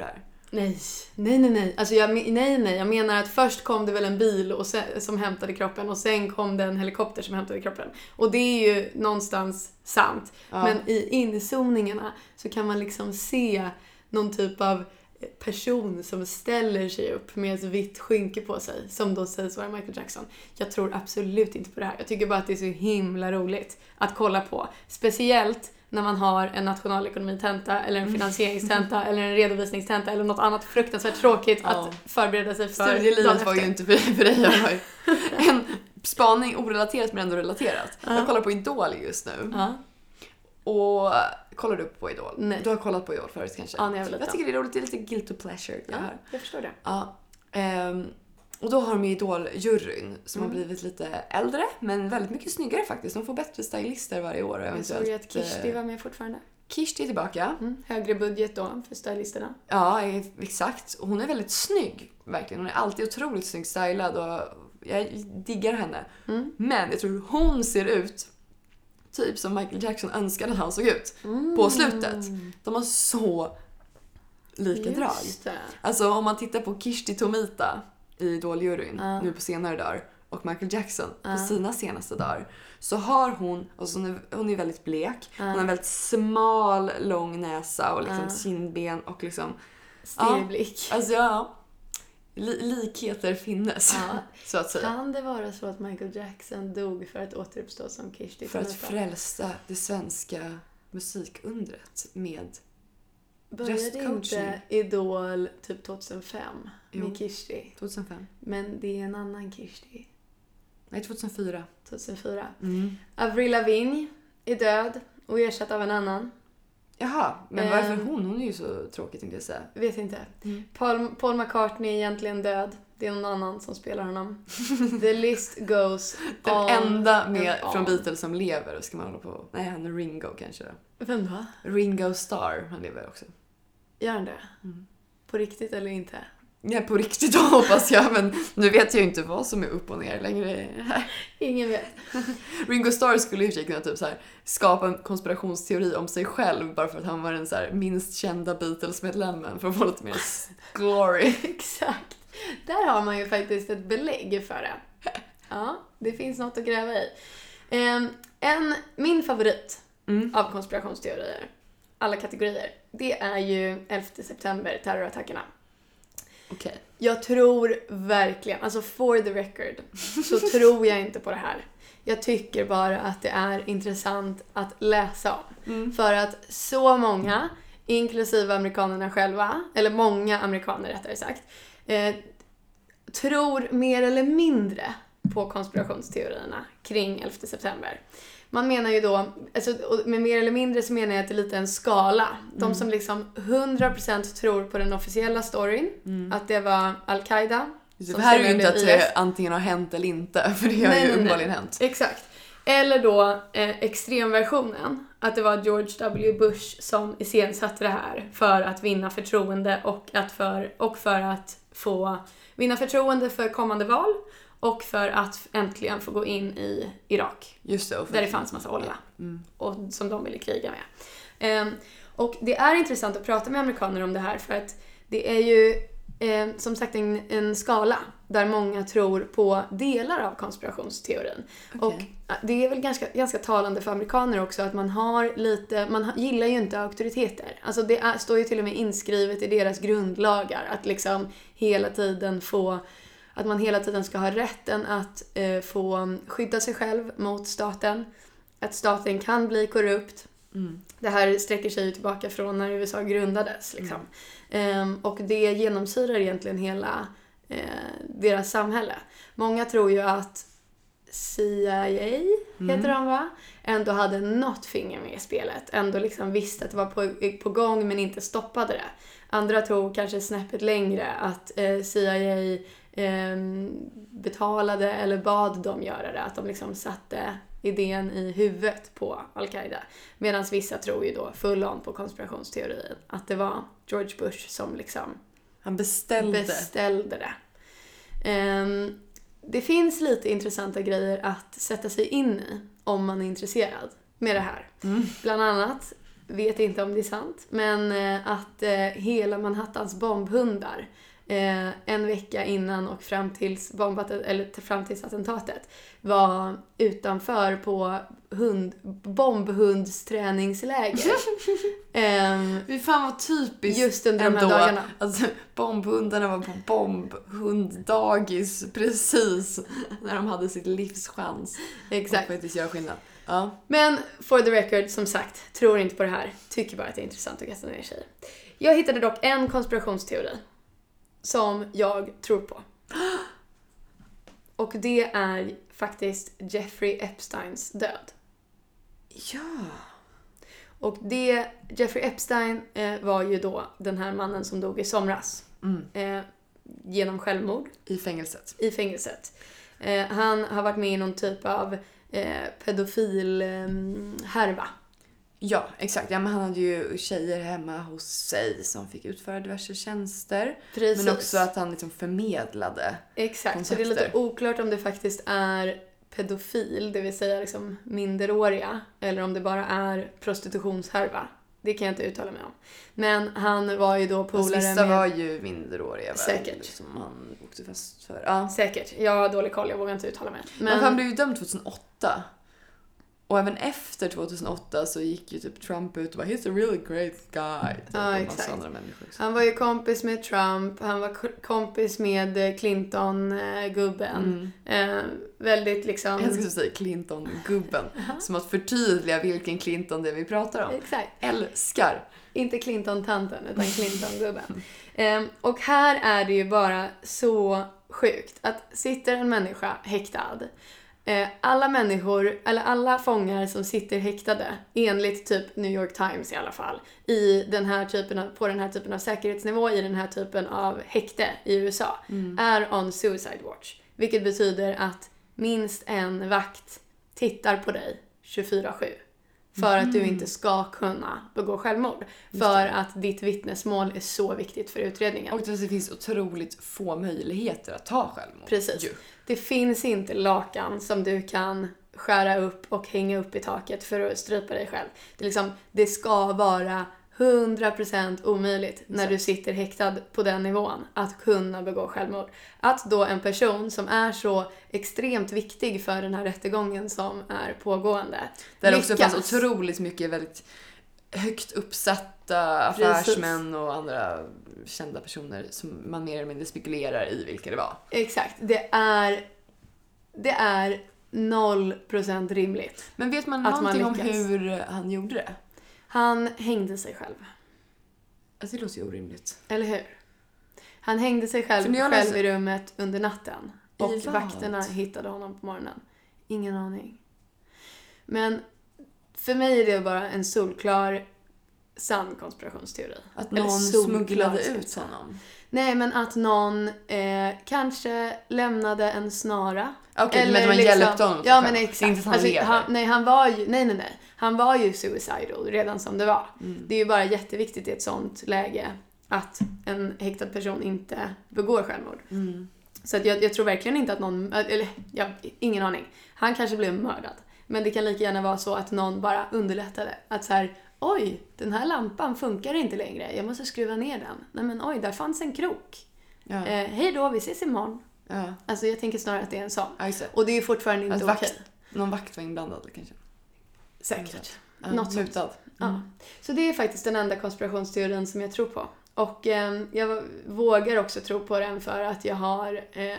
Nej. Alltså jag menar att först kom det väl en bil som hämtade kroppen och sen kom det en helikopter som hämtade kroppen. Och det är ju någonstans sant. Ja. Men i inzoomningarna så kan man liksom se någon typ av person som ställer sig upp med ett vitt skynke på sig, som då sägs vara Michael Jackson. Jag tror absolut inte på det här. Jag tycker bara att det är så himla roligt att kolla på. Speciellt när man har en nationalekonomitenta eller en finansieringstenta eller en redovisningstenta eller något annat fruktansvärt tråkigt att förbereda sig för. Studielivet var ju inte för dig. Jag har ju en spaning orelaterat men ändå relaterat. Jag kollar på Idol just nu. Och kollar du på Idol? Nej. Du har kollat på Idol förut kanske? Ja, jag tycker det är roligt, det är lite guilty pleasure. Jag förstår det. Ja. Och då har de Idol-juryn som har blivit lite äldre men väldigt mycket snyggare faktiskt. De får bättre stylister varje år. Jag såg att Kishti var med fortfarande. Kishti är tillbaka. Högre budget då för stylisterna. Ja, exakt. Hon är väldigt snygg, verkligen. Hon är alltid otroligt snygg stylad och jag diggar henne. Men jag tror hon ser ut typ som Michael Jackson önskade att han såg ut på slutet. De har så lika drag. Alltså om man tittar på Kishti Tomita i Idol-juryn nu på senare dagar och Michael Jackson på sina senaste dagar, så har hon, alltså hon är väldigt blek, hon har en väldigt smal, lång näsa och liksom kindben och liksom stirrblick. Alltså likheter finnes, så att säga. Kan det vara så att Michael Jackson dog för att återuppstå som Kishti? För att frälsa det svenska musikundret med började inte Idol typ 2005 med Kishti? 2005. Men det är en annan Kishti. Nej, 2004. 2004. Avril Lavigne är död och ersatt av en annan. Jaha, men varför hon? Hon är ju så tråkigt, tänkte jag säga. Vet inte. Paul McCartney är egentligen död. Det är någon annan som spelar honom. The list goes Den on enda med från Beatles som lever, ska man hålla på. Nej, han är Ringo kanske då. Vem då? Ringo Starr, han lever också. Gör han det? På riktigt eller inte? Ja, på riktigt då, hoppas jag. Men nu vet jag ju inte vad som är upp och ner längre. Ingen vet. Ringo Starr skulle ju kunna typ så här skapa en konspirationsteori om sig själv bara för att han var den så här minst kända Beatles-medlemmen, för att få lite mer glory. Exakt. Där har man ju faktiskt ett belägg för det. Ja, det finns något att gräva i. Min favorit av konspirationsteorier, alla kategorier, det är ju 11 september, terrorattackerna. Okay. Jag tror verkligen, alltså for the record, så tror jag inte på det här. Jag tycker bara att det är intressant att läsa om. För att så många, inklusive amerikanerna själva, eller många amerikaner rättare sagt, tror mer eller mindre på konspirationsteorierna kring 11 september. Man menar ju då, alltså, med mer eller mindre så menar jag att det är lite en skala. De som liksom 100% tror på den officiella storyn, att det var Al-Qaida. Det här är ju inte att det antingen har hänt eller inte, för det har ju uppenbarligen hänt. Exakt. Eller då extremversionen, att det var George W. Bush som iscensatte det här för att vinna förtroende och för att få vinna förtroende för kommande val. Och för att äntligen få gå in i Irak. Just det. Där det fanns massa olja. Och som de ville kriga med. Och det är intressant att prata med amerikaner om det här. För att det är ju som sagt en skala. Där många tror på delar av konspirationsteorin. Okay. Och det är väl ganska talande för amerikaner också. Att man gillar ju inte auktoriteter. Alltså det står ju till och med inskrivet i deras grundlagar. Att liksom hela tiden att man hela tiden ska ha rätten att få skydda sig själv mot staten. Att staten kan bli korrupt. Det här sträcker sig tillbaka från när USA grundades. Liksom. Och det genomsyrar egentligen hela deras samhälle. Många tror ju att CIA heter de, va? Ändå hade något finger med i spelet. Ändå liksom visste att det var på gång men inte stoppade det. Andra tror kanske snäppet längre att CIA betalade eller bad dem göra det. Att de liksom satte idén i huvudet på Al-Qaida. Medan vissa tror ju då full on på konspirationsteorier. Att det var George Bush som liksom han beställde det. Det finns lite intressanta grejer att sätta sig in i om man är intresserad med det här. Bland annat vet inte om det är sant, men att hela Manhattans bombhundar en vecka innan och fram tills attentatet var utanför på bombhundsträningsläger. Fy fan vad typiskt. Just under de här dagarna. Alltså, bombhundarna var på bombhunddagis precis när de hade sitt livschans. Exakt. Och faktiskt göra skillnad. Ja. Men for the record, som sagt, tror inte på det här. Tycker bara att det är intressant att kasta ner tjejer. Jag hittade dock en konspirationsteori som jag tror på. Och det är faktiskt Jeffrey Epsteins död. Ja. Och Jeffrey Epstein var ju då den här mannen som dog i somras. Genom självmord. I fängelset. Han har varit med i någon typ av pedofil härva. Ja, exakt. Ja, men han hade ju tjejer hemma hos sig som fick utföra diverse tjänster. Precis. Men också att han liksom förmedlade Exakt, kontakter. så det är lite oklart om det faktiskt är pedofil, det vill säga liksom minderåriga, eller om det bara är prostitutionshärva. Det kan jag inte uttala mig om. Men han var ju då polare med... Vissa var ju minderåriga väl? Säkert. Som han åkte fast för. Ja. Säkert. Jag har dålig koll, jag vågar inte uttala mig. Men han blev ju dömd 2008. Och även efter 2008 så gick ju typ Trump ut och bara he's a really great guy. Ja, exakt. Andra människor också. Han var ju kompis med Trump, han var kompis med Clinton-gubben. Väldigt liksom... Jag ska säga Clinton-gubben. Som att förtydliga vilken Clinton det är vi pratar om. Exakt. Älskar. Inte Clinton-tanten, utan Clinton-gubben. Och här är det ju bara så sjukt att sitter en människa häktad. Alla människor, eller alla fångar som sitter häktade, enligt typ New York Times i alla fall, på den här typen av säkerhetsnivå, i den här typen av häkte i USA, är on suicide watch. Vilket betyder att minst en vakt tittar på dig 24/7. För att du inte ska kunna begå självmord. För att ditt vittnesmål är så viktigt för utredningen. Och det finns otroligt få möjligheter att ta självmord. Precis. Det finns inte lakan som du kan skära upp och hänga upp i taket för att strypa dig själv. Det ska vara 100% omöjligt när du sitter häktad på den nivån att kunna begå självmord. Att då en person som är så extremt viktig för den här rättegången som är pågående där också fanns otroligt mycket väldigt högt uppsatta affärsmän och andra kända personer som man mer eller mindre spekulerar i vilka det var. Exakt. Det är 0% rimligt. Men vet man någonting om hur han gjorde det? Han hängde sig själv. Alltså det låter ju orimligt. Eller hur? Han hängde sig själv i rummet under natten. Och vakterna hittade honom på morgonen. Ingen aning. Men för mig är det bara en solklar sann konspirationsteori. Att någon smugglade ut honom? Nej, men att någon kanske lämnade en snara. Okej, men man hjälpte honom. Ja, men exakt. Inte att han lever. Han var ju... Nej. Han var ju suicidal redan som det var. Det är ju bara jätteviktigt i ett sånt läge att en häktad person inte begår självmord. Så att jag tror verkligen inte att någon... Eller, ingen aning. Han kanske blev mördad. Men det kan lika gärna vara så att någon bara underlättade. Att så här, oj, den här lampan funkar inte längre. Jag måste skruva ner den. Nej men oj, där fanns en krok. Ja. Hej då, vi ses imorgon. Ja. Alltså jag tänker snarare att det är en sån. Och det är ju fortfarande inte okej. Någon vakt var inblandad kanske. Säkert. Något sånt. Så det är faktiskt den enda konspirationsteorin som jag tror på. Och jag vågar också tro på den för att jag har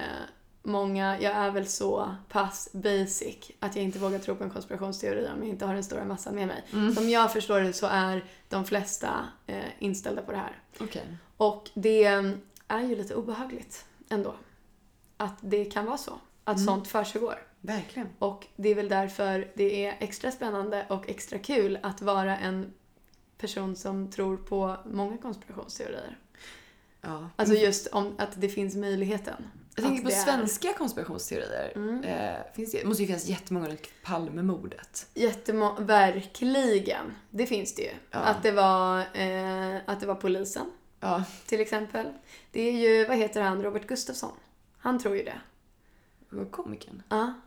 jag är väl så pass basic att jag inte vågar tro på en konspirationsteori om jag inte har den stora massan med mig. Som jag förstår det så är de flesta inställda på det här. Okay. Och det är ju lite obehagligt ändå. Att det kan vara så. Att sånt försiggår. Verkligen. Och det är väl därför det är extra spännande och extra kul att vara en person som tror på många konspirationsteorier. Ja. Alltså just om att det finns möjligheten. Jag tänker på svenska konspirationsteorier. Det måste ju finnas jättemånga runt Palmemordet. Verkligen. Det finns det ju. Ja. Att det var polisen. Ja. Till exempel. Det är ju, vad heter han? Robert Gustafsson. Han tror ju det. Komikern. Ja.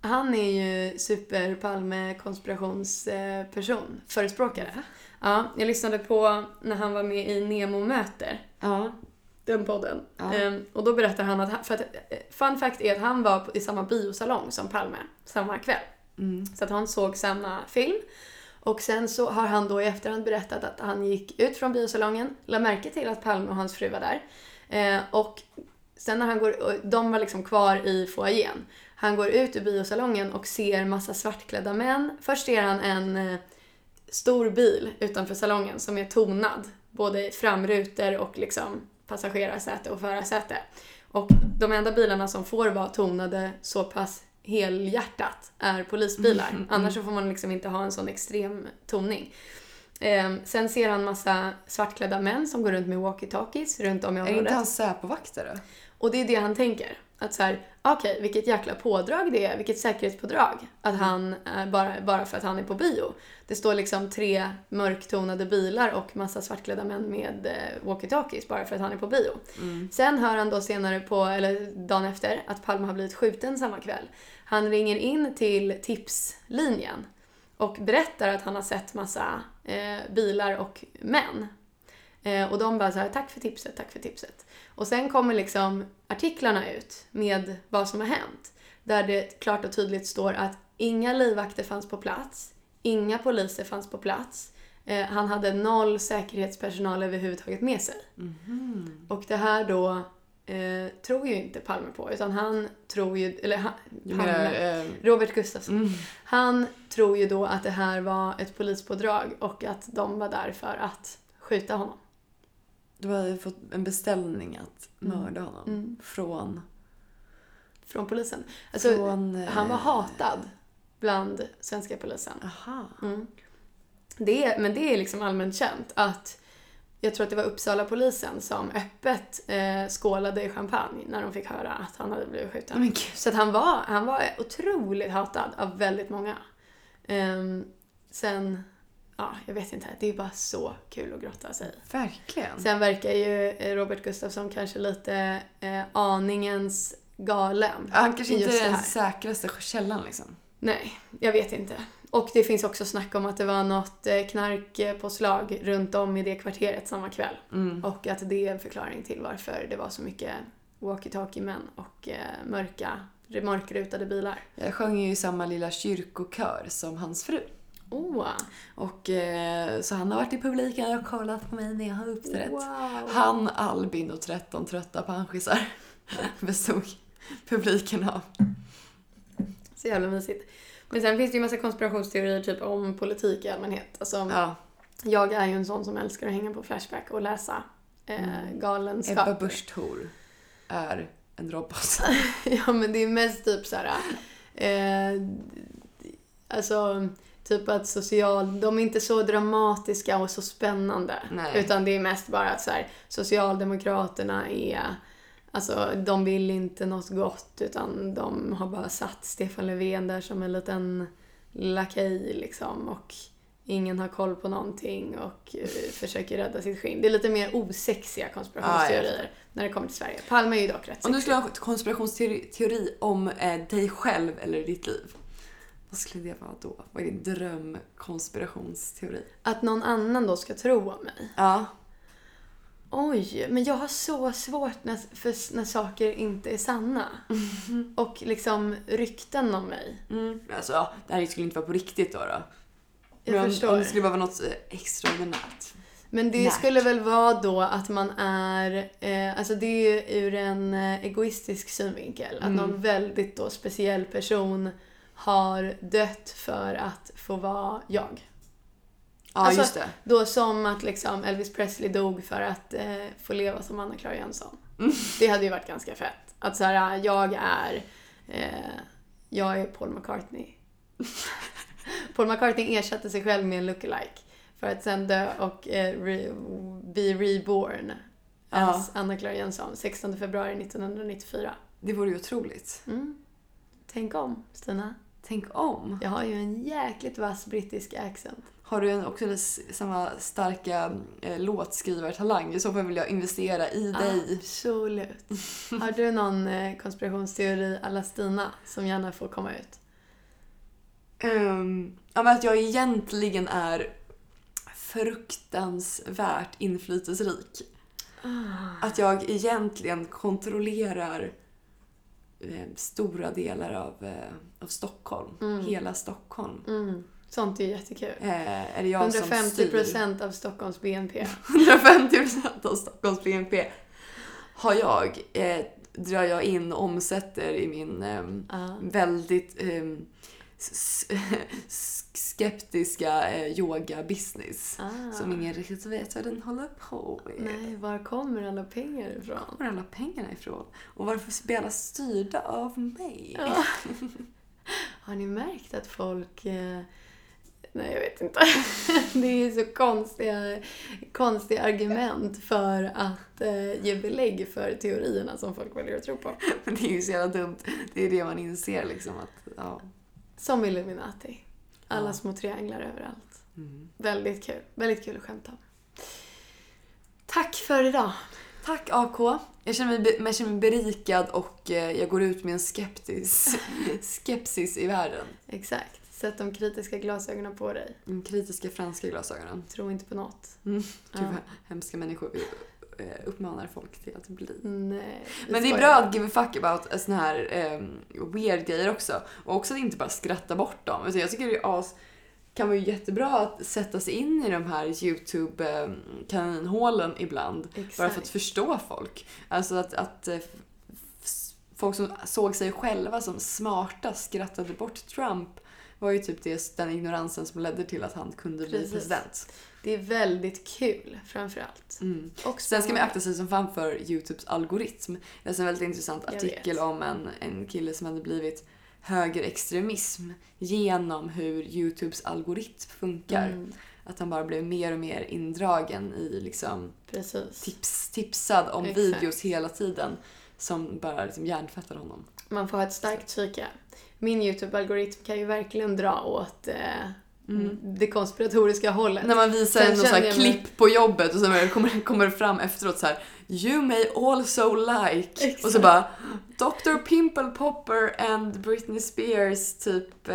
Han är ju super Palme-konspirationsperson, förespråkare. Ja, jag lyssnade på när han var med i Nemo möter. Ja. Den podden. Ja. Och då berättar han att, för att fun fact är att han var i samma biosalong som Palme samma kväll. Så att han såg samma film. Och sen så har han då i efterhand berättat att han gick ut från biosalongen, la märke till att Palme och hans fru var där. Och sen när han de var liksom kvar i foajén. Han går ut ur biosalongen och ser massa svartklädda män. Först ser han en stor bil utanför salongen som är tonad. Både framrutor och liksom passagerarsäte och förarsäte. Och de enda bilarna som får vara tonade så pass helhjärtat är polisbilar. Annars så får man liksom inte ha en sån extrem toning. Sen ser han massa svartklädda män som går runt med walkie-talkies runt om i området. Är inte han Säpo-vaktare? Och det är det han tänker. Att så här, okej, vilket jäkla pådrag det är. Vilket säkerhetspådrag. Att han, bara för att han är på bio. Det står liksom 3 mörktonade bilar och massa svartklädda män med walkie-talkies bara för att han är på bio. Sen hör han då senare eller dagen efter att Palme har blivit skjuten samma kväll. Han ringer in till tipslinjen och berättar att han har sett massa bilar och män. Och de bara så här, tack för tipset. Och sen kommer liksom artiklarna ut med vad som har hänt. Där det klart och tydligt står att inga livvakter fanns på plats. Inga poliser fanns på plats. Han hade 0 säkerhetspersonal överhuvudtaget med sig. Och det här då tror ju inte Palme på. Utan han tror ju, Robert Gustafsson. Han tror ju då att det här var ett polispådrag och att de var där för att skjuta honom. Du hade fått en beställning att mörda honom från polisen. Alltså, han var hatad bland svenska polisen. Aha. Men det är liksom allmänt känt att jag tror att det var Uppsala polisen som öppet skålade i champagne när de fick höra att han hade blivit skjuten. Så att han var otroligt hatad av väldigt många. Sen... Ja, jag vet inte. Det är bara så kul att grotta sig. Verkligen. Sen verkar ju Robert Gustafsson kanske lite aningens galen. Han kanske inte är den säkraste källan liksom. Nej, jag vet inte. Och det finns också snack om att det var något knarkpåslag runt om i det kvarteret samma kväll. Och att det är en förklaring till varför det var så mycket walkie-talkie-män och mörkrutade bilar. Jag sjöng ju i samma lilla kyrkokör som hans fru. Och så han har varit i publiken och kollat på mig när jag har uppträtt. Wow. Han, Albin och 13 trötta panschisar bestod publiken av. Så jävla mysigt. Men sen finns det ju massa konspirationsteorier typ om politik i allmänhet. Alltså, jag är ju en sån som älskar att hänga på Flashback och läsa galenskap. Ebba Busch Thor är en robot. Ja, men det är mest typ så här. Alltså... Typ att de är inte så dramatiska och så spännande. Nej. Utan det är mest bara att så här, Socialdemokraterna alltså de vill inte något gott utan de har bara satt Stefan Löfven där som en liten lakej liksom och ingen har koll på någonting och försöker rädda sitt skinn. Det är lite mer osexiga konspirationsteorier när det kommer till Sverige. Palme är ju dock rätt sexig. Om du skulle ha en konspirationsteori om dig själv eller ditt liv, vad skulle det vara då? Vad är din drömkonspirationsteori? Att någon annan då ska tro om mig? Ja. Oj, men jag har så svårt när saker inte är sanna. Och liksom rykten om mig. Alltså, det här skulle inte vara på riktigt då. Jag förstår. Om det skulle vara något extraordinärt. Men det skulle väl vara då att man är... alltså det är ju ur en egoistisk synvinkel. Att någon väldigt då speciell person har dött för att få vara jag. Ja, alltså, just det. Då som att liksom Elvis Presley dog för att få leva som Anna-Clara Jönsson. Det hade ju varit ganska fett. Att så här, jag är Paul McCartney. Paul McCartney ersatte sig själv med en lookalike. För att sen dö och bli reborn as Anna-Clara Jönsson 16 februari 1994. Det vore ju otroligt. Tänk om, Stina. Tänk om. Jag har ju en jäkligt vass brittisk accent. Har du också samma starka låtskrivartalang? I så fall vill jag investera i dig. Absolut. Har du någon konspirationsteori alla Stina som gärna får komma ut? Ja, men att jag egentligen är fruktansvärt inflytelserik. Att jag egentligen kontrollerar stora delar av Stockholm. Hela Stockholm. Sånt är jättekul. Är det jag 150% av Stockholms BNP. 150% av Stockholms BNP har jag, drar jag in och omsätter i min väldigt skeptiska yoga-business. Som ingen riktigt vet vad den håller på med. Nej, var kommer alla pengar ifrån? Var kommer alla pengarna ifrån? Och varför blir alla styrda av mig? Ja. Har ni märkt att folk... Nej, jag vet inte. Det är så konstiga argument för att ge belägg för teorierna som folk väljer att tro på. Men det är ju så jävla dumt. Det är det man inser liksom att... Ja. Som Illuminati. Alla små trianglar överallt. Väldigt kul. Väldigt kul att skämta om. Tack för idag. Tack AK. Jag känner mig berikad och jag går ut med en skepsis i världen. Exakt. Sätt de kritiska glasögonen på dig. De kritiska franska glasögonen. Tro inte på något. Gud vad hemska människor vi uppmanar folk till att bli. Nej. Men det är bra att give a fuck about såna här weird grejer också. Och också att inte bara skratta bort dem. Jag tycker det kan vara jättebra att sätta sig in i de här YouTube-kaninhålen ibland. Exakt. Bara för att förstå folk. Alltså att folk som såg sig själva som smarta skrattade bort Trump var ju typ den ignoransen som ledde till att han kunde bli president. Det är väldigt kul, framförallt. Och sen ska man akta sig som fan för YouTubes algoritm. Det är en väldigt intressant artikel om en kille som hade blivit högerextremism genom hur YouTubes algoritm funkar. Att han bara blev mer och mer indragen i liksom tipsad om videos hela tiden som bara liksom hjärntvättar honom. Man får ha ett starkt psyke. Min YouTube-algoritm kan ju verkligen dra åt det konspiratoriska hållet. När man visar något så här klipp på jobbet och sen kommer det fram efteråt så här: you may also like. Exakt. Och så bara Dr. Pimple Popper and Britney Spears typ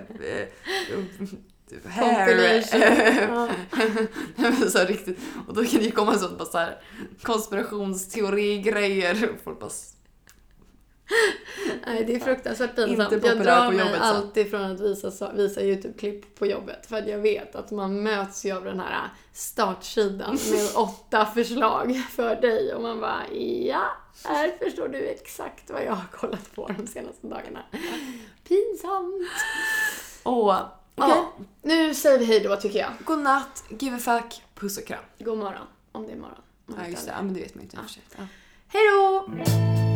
hair. Så riktigt. Och då kan det ju komma sånt bara så här konspirationsteori-grejer och folk bara... Nej, det är fruktansvärt pinsamt. Jag drar mig alltid från att visa YouTube-klipp på jobbet. För att jag vet att man möts ju av den här startsidan med 8 förslag för dig. Och man bara, ja, här förstår du exakt vad jag har kollat på de senaste dagarna. Pinsamt. Okej. Nu säger vi hej då, tycker jag. God natt, give a fuck, puss och kram. God morgon, om det är morgon. Ja, just det. Ja, men det vet man inte. Hej då!